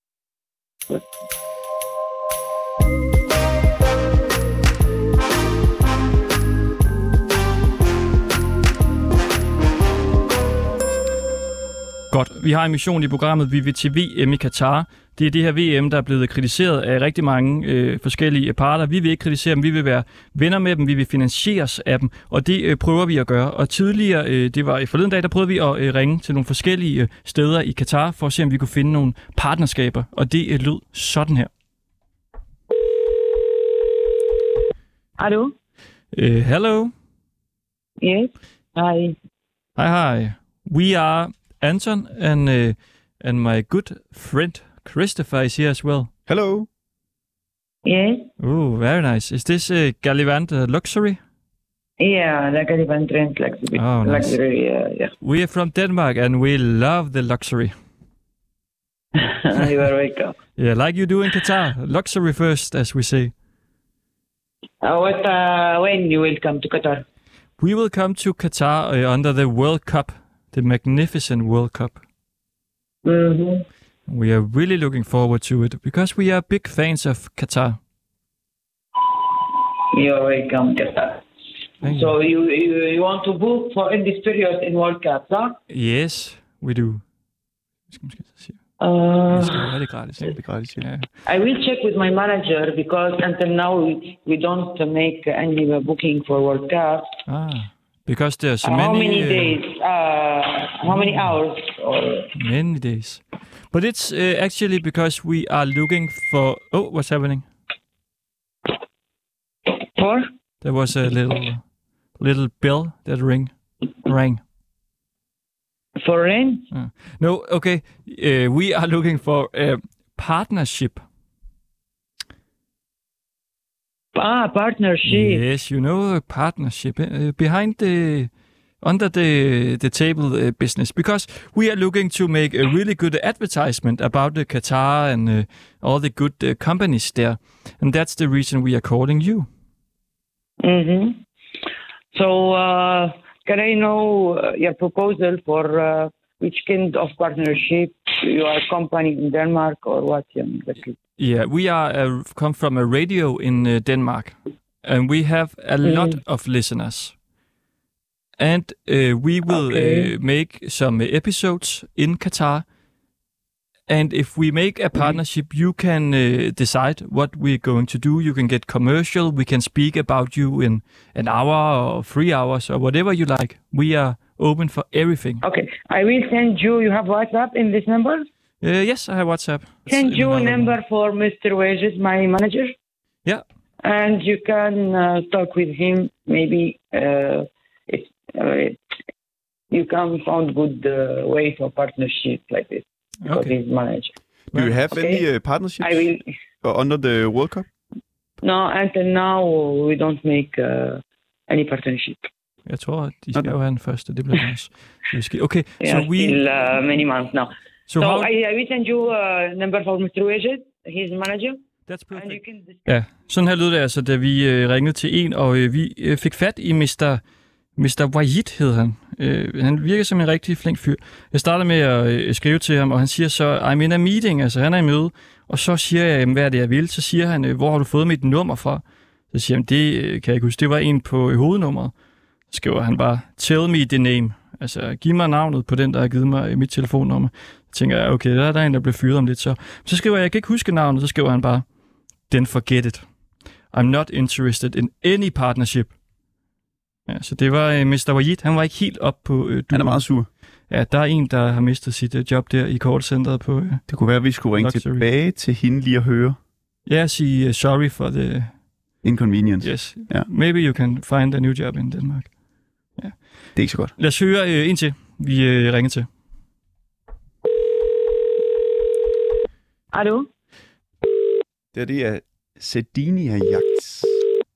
Godt. Vi har en mission i programmet. Vi vil til VM i Katar. Det er det her VM, der er blevet kritiseret af rigtig mange forskellige parter. Vi vil ikke kritisere dem. Vi vil være venner med dem. Vi vil finansieres af dem. Og det prøver vi at gøre. Og tidligere, det var i forleden dag, der prøvede vi at ringe til nogle forskellige steder i Katar for at se, om vi kunne finde nogle partnerskaber. Og det lød sådan her. Hallo? Hello. Yes. Hi. Hi. We are Anton and my good friend Christopher is here as well. Hello. Yes. Oh, very nice. Is this Gallivant Luxury? Yeah, the Gallivant Rent Luxury. Oh, nice. Luxury, yeah. We are from Denmark and we love the luxury. You are welcome. Yeah, like you do in Qatar. Luxury first, as we say. When you will come to Qatar? We will come to Qatar under the World Cup, the magnificent World Cup. Mm-hmm. We are really looking forward to it because we are big fans of Qatar. You are welcome, Qatar. So you want to book for in this period in World Cup, huh? Yes, we do. I will check with my manager because until now we don't make any booking for World Cup. Because there's so how many... many days? How many hours? Many days. But it's actually because we are looking for... Oh, what's happening? For? There was a little bell that rang. For rain? No, okay. We are looking for a partnership. Partnership. Yes, you know, a partnership behind under the table business, because we are looking to make a really good advertisement about the Qatar and all the good companies there, and that's the reason we are calling you. Mm-hmm. So, can I know your proposal for which kind of partnership? You are a company in Denmark or what? Yeah, we are come from a radio in Denmark, and we have a lot of listeners. And we will make some episodes in Qatar. And if we make a partnership, you can decide what we're going to do. You can get commercial. We can speak about you in an hour or 3 hours or whatever you like. We are open for everything. Okay. I will send you. You have WhatsApp in this number? Yes, I have WhatsApp. Send you a number for Mr. Wages, my manager. Yeah. And you can talk with him. Maybe you can find good way for partnership like this. Because he's manager. Do you have any partnerships under the World Cup? No, until now we don't make any partnership. Jeg tror, at de skal jo have den første. Det bliver også. Okay, so we... Still many months now. So I will send you a number for Mr. Wages, his manager. That's perfect. Ja, sådan her lød det altså, da vi ringede til en, og vi fik fat i Mr. Wahid, hed han. Han virker som en rigtig flink fyr. Jeg startede med at skrive til ham, og han siger så, I'm in a meeting, altså han er i møde. Og så siger jeg, hvad er det, jeg vil? Så siger han, hvor har du fået mit nummer fra? Så siger han, det kan jeg ikke huske, det var en på hovednummeret. Så skriver han bare, tell me the name. Altså, giv mig navnet på den, der har givet mig mit telefonnummer. Så tænker jeg, okay, der er en, der blev fyret om lidt så. Så skriver jeg kan ikke huske navnet, så skriver han bare, then forget it. I'm not interested in any partnership. Ja, så det var Mr. Wahid. Han var ikke helt op på... Han er meget sur. Ja, der er en, der har mistet sit job der i callcenteret på... det kunne være, at vi skulle ringe tilbage til hende lige at høre. Ja, sige sorry for the... inconvenience. Yes. Yeah. Maybe you can find a new job in Denmark. Ja. Det er ikke så godt. Lad os høre en til, vi ringer til. Hallo? Det er Sardinia Yachts.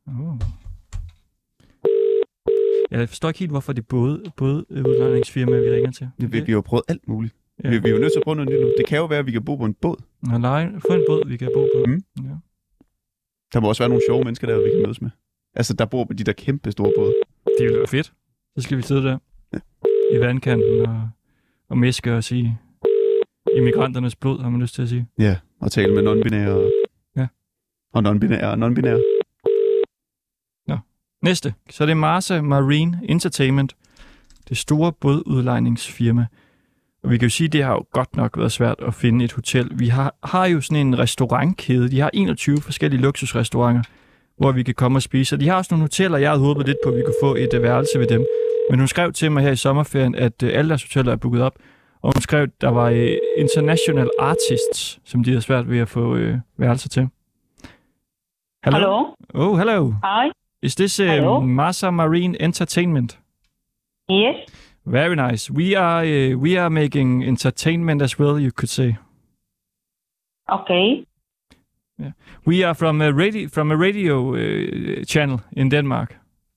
Jeg forstår ikke helt, hvorfor det er både udlejningsfirma, vi ringer til. Vi har jo prøvet alt muligt. Ja. Vi er jo nødt til at prøve noget nyt nu. Det kan jo være, at vi kan bo på en båd. Få en båd, vi kan bo på. Mm. Ja. Der må også være nogle sjove mennesker der, vi kan mødes med. Altså, der bor på de der kæmpe store både. Det ville være fedt. Så skal vi sidde der i vandkanten og mæske os i immigranternes blod, har man lyst til at sige. Ja, og tale med non-binære. Og non-binære. Nå. Næste. Så er det Marsa Marine Entertainment. Det store bådudlejningsfirma. Og vi kan jo sige, at det har jo godt nok været svært at finde et hotel. Vi har jo sådan en restaurantkæde. De har 21 forskellige luksusrestauranter, hvor vi kan komme og spise. Og de har også nogle hoteller, jeg havde håbet lidt på, at vi kunne få et værelse ved dem. Men hun skrev til mig her i sommerferien, at alle deres hoteller er booket op. Og hun skrev, at der var international artists, som de havde svært ved at få værelser til. Hello? Oh, hello. Hi. Is this Hello? Masa Marine Entertainment? Yes. Very nice. We are making entertainment as well, you could say. Okay. Yeah. We are from a radio channel in Denmark.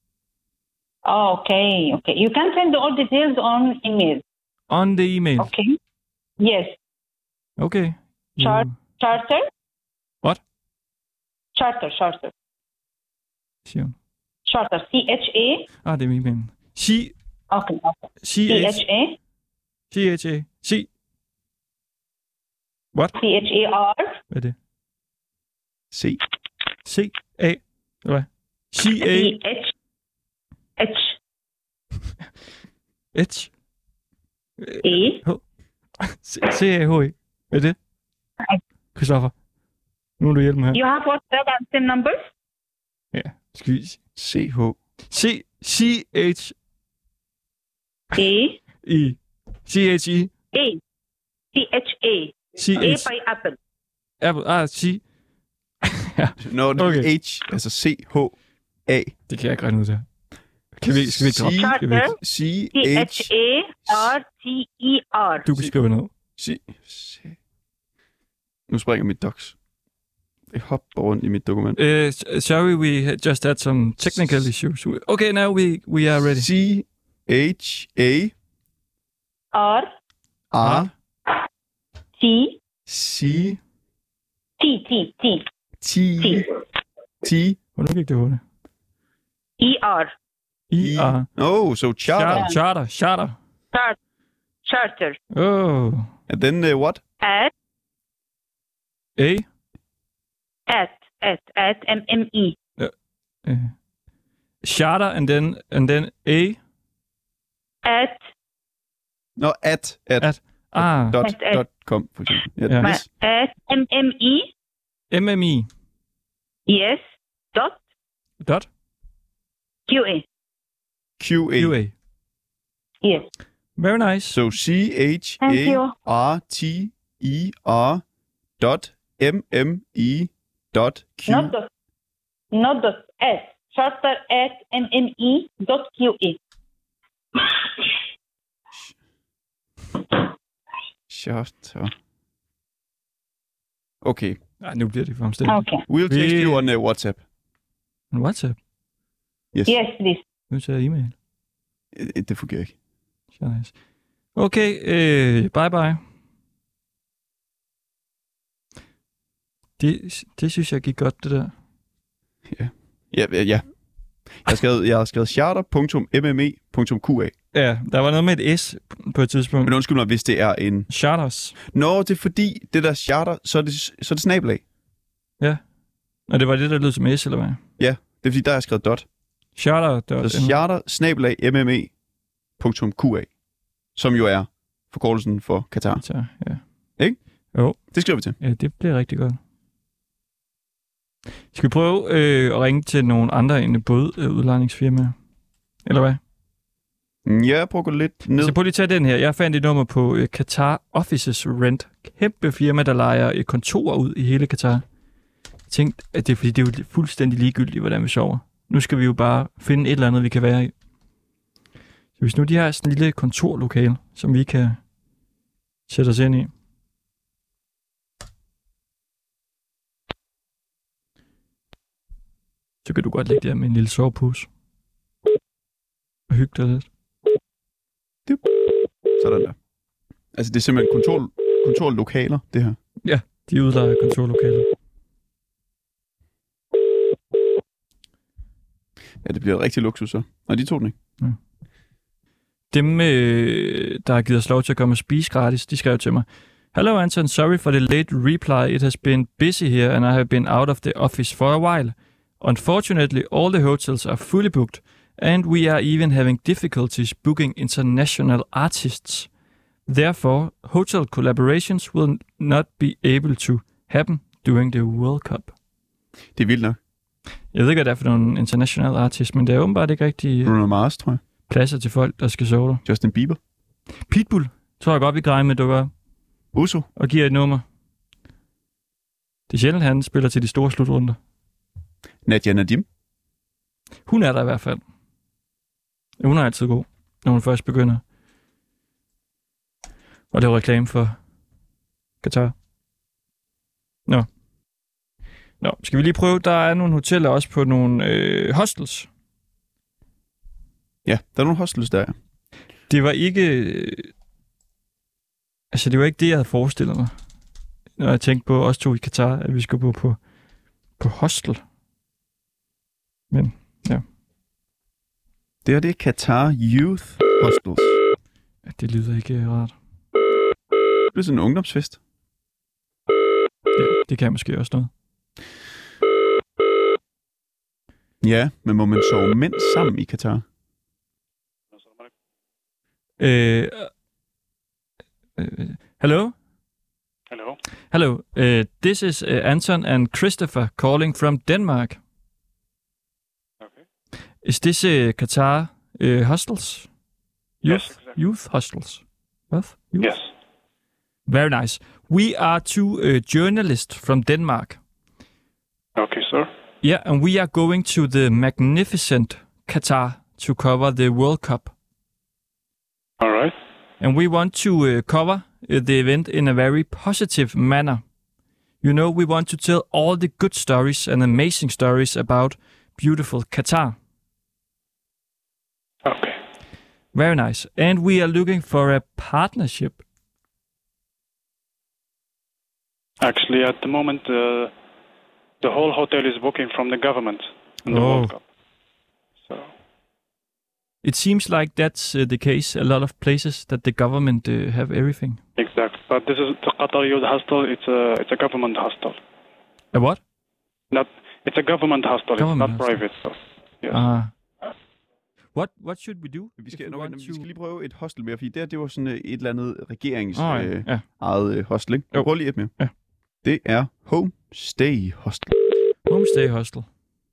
Okay. You can send all details on email. On the email. Okay. Yes. Okay. Charter? What? Charter. Sure. Charter. CHA. Det er min ven. Okay. CHA. CHA. What? CHAR. Hvad er det? C. C-A. Hvad? C-A. H. H. E. C-A-H-E. Hvad er det? Christoffer, nu må du hjælpe mig her. You have WhatsApp and SIM numbers? Ja, skal vi... C-H. C-H... E. I. C-H-I. A. C-H-A. A by Apple. Apple. C. Nå, det er H, altså C-H-A. Det kan jeg ikke regne ud til. Skal vi ikke droppe? C-H-A-R-T-E-R. Du kan skrive ned. Nu springer mit docs. Jeg hopper rundt i mit dokument. Sorry, we just had some technical issues. Okay, now we are ready. C-H-A. R. R. T. C. T. Hvordan gik det hurtigt? E-R. E-R. Oh, so charter. Charter. Oh. And then what? At. A. At M-M-E. Charter and then A. At. No, at. Dot com, for eksempel. Yeah. Yes. At M-M-E. M-M-E. Yes. Dot. Q-A. Q-A. Yes. Very nice. So C-H-A-R-T-E-R dot M-M-E dot Q. Not dot S. Charter at M-M-E dot Q-A. Charter. Okay. Nej, nu bliver det for omstændigt. Okay. We'll text you on WhatsApp. On WhatsApp? Yes, please. Nu tager jeg e-mail. Det fungerer ikke. Så nice. Okay, bye. Det synes jeg gik godt, det der. Ja. Jeg har skrevet charter.mme.qa. Ja, der var noget med et S på et tidspunkt. Men undskyld mig, hvis det er en... Charters. Nå, det er fordi, det der charter, så er det snabelag. Ja. Og det var det, der lød som S, eller hvad? Ja, det er fordi, der er skrevet dot. Charter. Så charter.mme.qa, som jo er forkortelsen for Qatar. Ja. Ikke? Jo. Det skriver vi til. Ja, det bliver rigtig godt. Skal vi prøve at ringe til nogle andre end bådudlejningsfirmaer? Eller hvad? Ja, prøv at gå lidt ned. Så prøv lige at tage den her. Jeg fandt et nummer på Qatar Offices Rent. Kæmpe firma, der lejer et kontor ud i hele Qatar. Jeg tænkte, at det er fordi, det er jo fuldstændig ligegyldigt, hvordan vi sover. Nu skal vi jo bare finde et eller andet, vi kan være i. Så hvis nu de har sådan en lille kontorlokale, som vi kan sætte os ind i. Så kan du godt lægge der med en lille sovepose. Og hygge dig lidt. Sådan der. Altså, det er simpelthen kontorlokaler, det her. Ja, de udlejer kontorlokaler. Ja, det bliver rigtig luksus så. Og de tog den ikke. Ja. Dem, der har givet os lov til at komme og spise gratis, de skrev til mig: Hello Anton, sorry for the late reply. It has been busy here and I have been out of the office for a while. Unfortunately, all the hotels are fully booked and we are even having difficulties booking international artists. Therefore, hotel collaborations will not be able to happen during the World Cup. Det er vildt nok. Jeg ved ikke, hvad det er for nogle international artists, men det er åbenbart ikke rigtig Bruno Mars, tror jeg. Pladser til folk, der skal sove der. Justin Bieber. Pitbull, tror jeg godt, vi grejer med, dukker. Uso. Og giver et nummer. Det er sjældent, han spiller til de store slutrunder. Nadia Nadim. Hun er der i hvert fald. Hun er altid god, når hun først begynder. Og det var reklame for Qatar. Nå, skal vi lige prøve? Der er nogle hoteller også på nogle hostels. Ja, der er nogle hostels der. Det var ikke... det var ikke det, jeg havde forestillet mig, når jeg tænkte på os to i Qatar, at vi skulle bo på hostel. Men, ja. Det er Qatar Youth Hostels. Ja, det lyder ikke rart. Det er sådan en ungdomsfest. Ja, det kan måske også noget. Ja, men må man sove mænd sammen i Qatar? Hello? Hello. Hello. This is Anton and Christopher calling from Denmark. Okay. Is this Qatar hostels? Youth, yes, exactly. Youth hostels. What? Youth? Yes. Very nice. We are two journalists from Denmark. Okay, sir. Yeah, and we are going to the magnificent Qatar to cover the World Cup. All right. And we want to cover the event in a very positive manner. You know, we want to tell all the good stories and amazing stories about beautiful Qatar. Okay. Very nice. And we are looking for a partnership. Actually, at the moment, the whole hotel is booking from the government in the World Cup. So. It seems like that's the case. A lot of places that the government have everything. Exactly. But this is the Qatar Youth Hostel. It's a government hostel. A what? It's a government hostel. Government it's not private. So, yes. What should we do? Vi skal lige prøve et hostel mere, fordi det var sådan et eller andet regerings eget hostel, ikke? Prøv lige et mere. Ja. Det er Homestay Hostel. Homestay Hostel.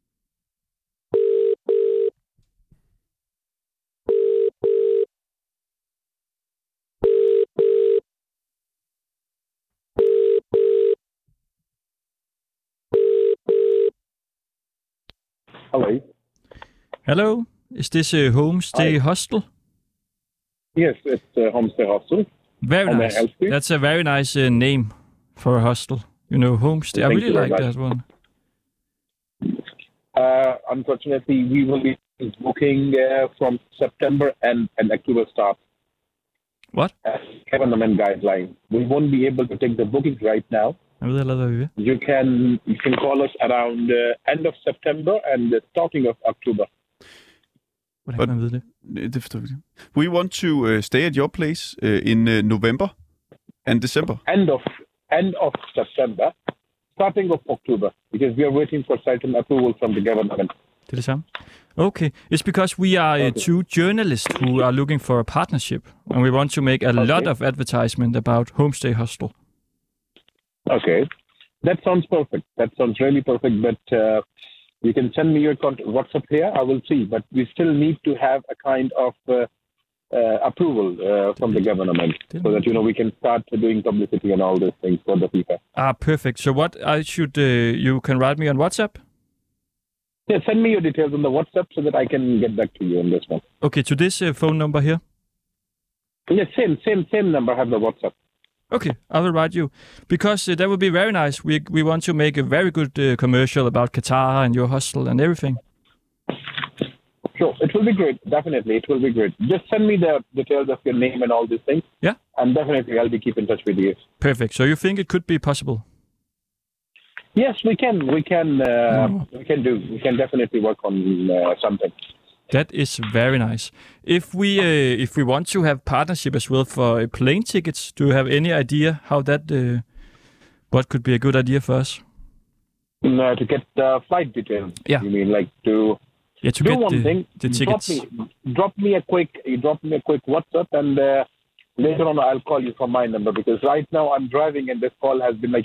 Hello. Hello. Is this a Homestay Hostel? Yes, it's a Homestay Hostel. Very nice. That's a very nice name for a hostel. You know, Homestay. I really like that one. Unfortunately, we will be booking from September and October start. What? Government guideline. We won't be able to take the bookings right now. You can call us around end of September and the starting of October. Hvordan kan man vide det? Det forstår vi ikke. We want to stay at your place in November and December. End of September, starting of October, because we are waiting for certain approval from the government. Det er det samme. Okay. It's because we are two journalists who are looking for a partnership, and we want to make a lot of advertisement about Homestay Hostel. Okay. That sounds perfect. That sounds really perfect, but you can send me your WhatsApp here. I will see, but we still need to have a kind of approval from the government so that, we can start doing publicity and all these things for the people. Perfect. So what I should, you can write me on WhatsApp? Yeah, send me your details on the WhatsApp so that I can get back to you on this one. Okay, to this phone number here? Yeah, same number, have the WhatsApp. Okay, I will write you. Because that would be very nice. We want to make a very good commercial about Qatar and your hostel and everything. Sure, it will be great. Definitely, it will be great. Just send me the details of your name and all these things. Yeah. And definitely, I'll be keep in touch with you. Perfect. So you think it could be possible? Yes, we can. We can definitely work on something. That is very nice. If we want to have partnership as well for plane tickets, do you have any idea how that? What could be a good idea for us? To get the flight details. Yeah. You mean like to? Yeah, to do get one thing. The tickets. Drop me a quick WhatsApp, and later on I'll call you from my number, because right now I'm driving and this call has been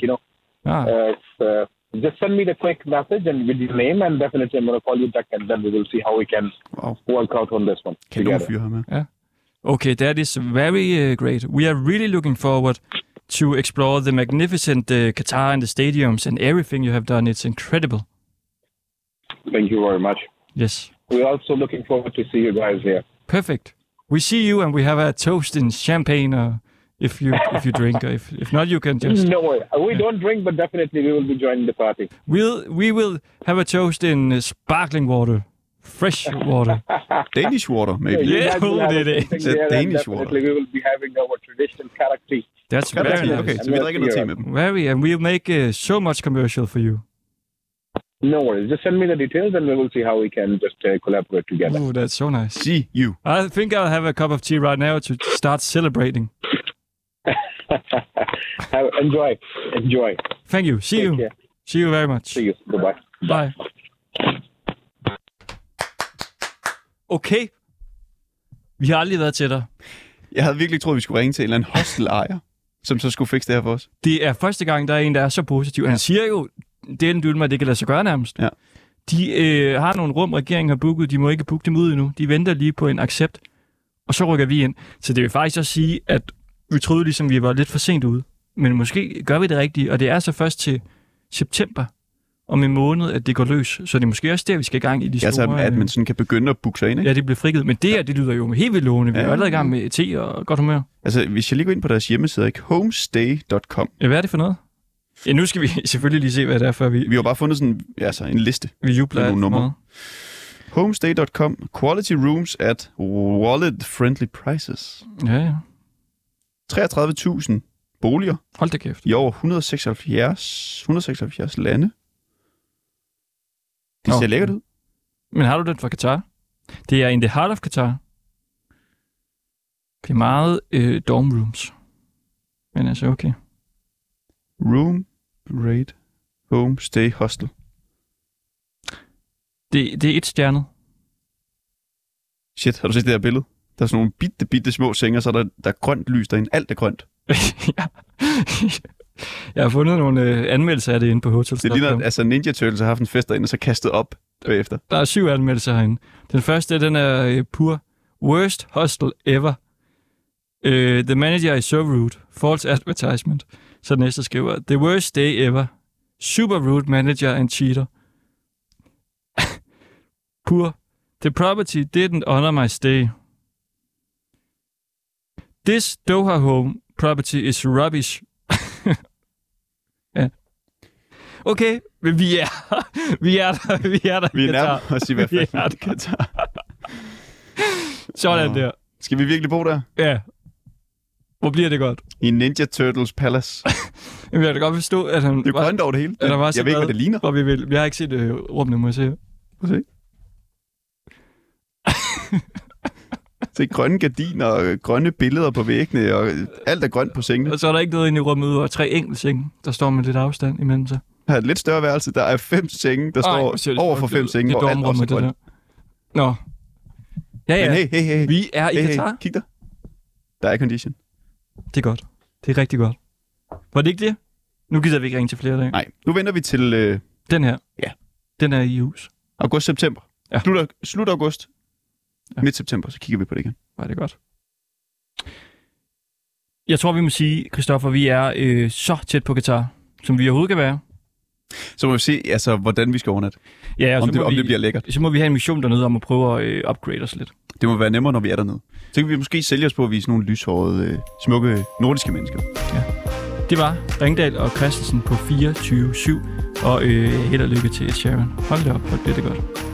just send me the quick message and with your name, and definitely I'm going to call you back, and then we will see how we can work out on this one together. Yeah. Okay, that is very great. We are really looking forward to explore the magnificent Qatar and the stadiums and everything you have done. It's incredible. Thank you very much. Yes. We're also looking forward to see you guys here. Perfect. We see you and we have a toast in champagne if you drink. If not, you can just... No way. We don't drink, but definitely we will be joining the party. We will have a toast in sparkling water. Fresh water. Danish water, maybe. Yeah, Danish water. We will be having our traditional character. That's very nice. Okay, så vi drikker noget te med dem. Very, and we'll make so much commercial for you. No worries. Just send me the details and we will see how we can just collaborate together. Oh, that's so nice. See you. I think I'll have a cup of tea right now to start celebrating. Enjoy. Thank you. See you. Care. See you very much. See you. Goodbye. Bye. Okay. Vi har aldrig været tættere. Jeg havde virkelig troet, vi skulle ringe til en eller anden hostelejer, som så skulle fikse det her for os. Det er første gang, der er en, der er så positiv. Han siger jo, det er en dyld med, at det kan lade sig gøre nærmest. Ja. De har nogle rum, regeringen har booket. De må ikke booke dem ud endnu. De venter lige på en accept. Og så rykker vi ind. Så det vil faktisk også sige, at vi troede ligesom, vi var lidt for sent ude. Men måske gør vi det rigtigt. Og det er så først til september om en måned, at det går løs. Så det er måske også der, vi skal i gang i de store... Altså, at man sådan kan begynde at booke sig ind, ikke? Ja, det bliver frigivet. Men det her, det lyder jo helt vildt lovende. Vi er allerede i gang med te og godt humør. Altså, hvis jeg lige går ind på deres hjemmeside, ikke? Homestay.com. Ja, hvad er det for noget? Ja, nu skal vi selvfølgelig lige se, hvad det er, før vi... Vi har bare fundet sådan en liste. Vi jubler nogle numre. Homestay.com. Quality rooms at wallet-friendly prices. Ja. 33.000 boliger. Hold da kæft. I over 176 lande. Det ser lækkert ud. Men har du den fra Qatar? Det er in the heart of Qatar. Det er meget dorm rooms. Men altså, okay. Room, rate, home, stay, hostel. Det er 1 stjernet. Shit, har du set det her billede? Der er sådan nogle bitte små senge, og så er der er grønt lys derinde. Alt er grønt. Ja. Jeg har fundet nogle anmeldelser af det inde på Hotels. Det ligner, altså Ninja Turtles har haft en fest derinde, og så kastet op bagefter. Der er 7 anmeldelser herinde. Den første, den er pur. Worst hostel ever. The manager is so rude. False advertisement. Så den næste skriver, the worst day ever. Super rude manager and cheater. Pur. The property didn't honor my stay. This Doha home property is rubbish. Ja. Okay, men vi er der. Vi er nærmere os i hvert fald. Sådan der. Skal vi virkelig bo der? Ja. Hvor bliver det godt? I Ninja Turtles Palace. Jamen, jeg kan godt forstå, at han... Det er grønt over det hele. Jeg ved ikke, hvad det ligner. Hvor vi vil. Jeg har ikke set rummene, må jeg se. Prøv at se. Se grønne gardiner og grønne billeder på væggene, og alt er grønt på sengene. Og så er der ikke noget inde i rummet ud over 3 enkelte senge, der står med lidt afstand imellem sig. Der er et lidt større værelse. Der er 5 senge, der står over for 5 senge, hvor alt også er grønt. Nå. Ja. Men hey. Vi er i Qatar. Kig der. Der er condition. Det er godt. Det er rigtig godt. Var det ikke det? Nu gider vi ikke ringe til flere dage. Nej, nu venter vi til... Den her? Ja. Den er i hus. August-september. Ja. Slut august. Ja. Midt september, så kigger vi på det igen. Var det godt. Jeg tror, vi må sige, Christoffer, vi er så tæt på Qatar, som vi overhovedet kan være. Så må vi se, altså, hvordan vi skal overnatte. Ja, om det bliver lækkert. Så må vi have en mission dernede om at prøve at upgrade os lidt. Det må være nemmere, når vi er dernede. Så kan vi måske sælge os på at vise nogle lyshårede, smukke nordiske mennesker. Ja. Det var Ringdal og Christensen på 24/7, og held og lykke til Sharon. Hold det op, hvor bliver det godt.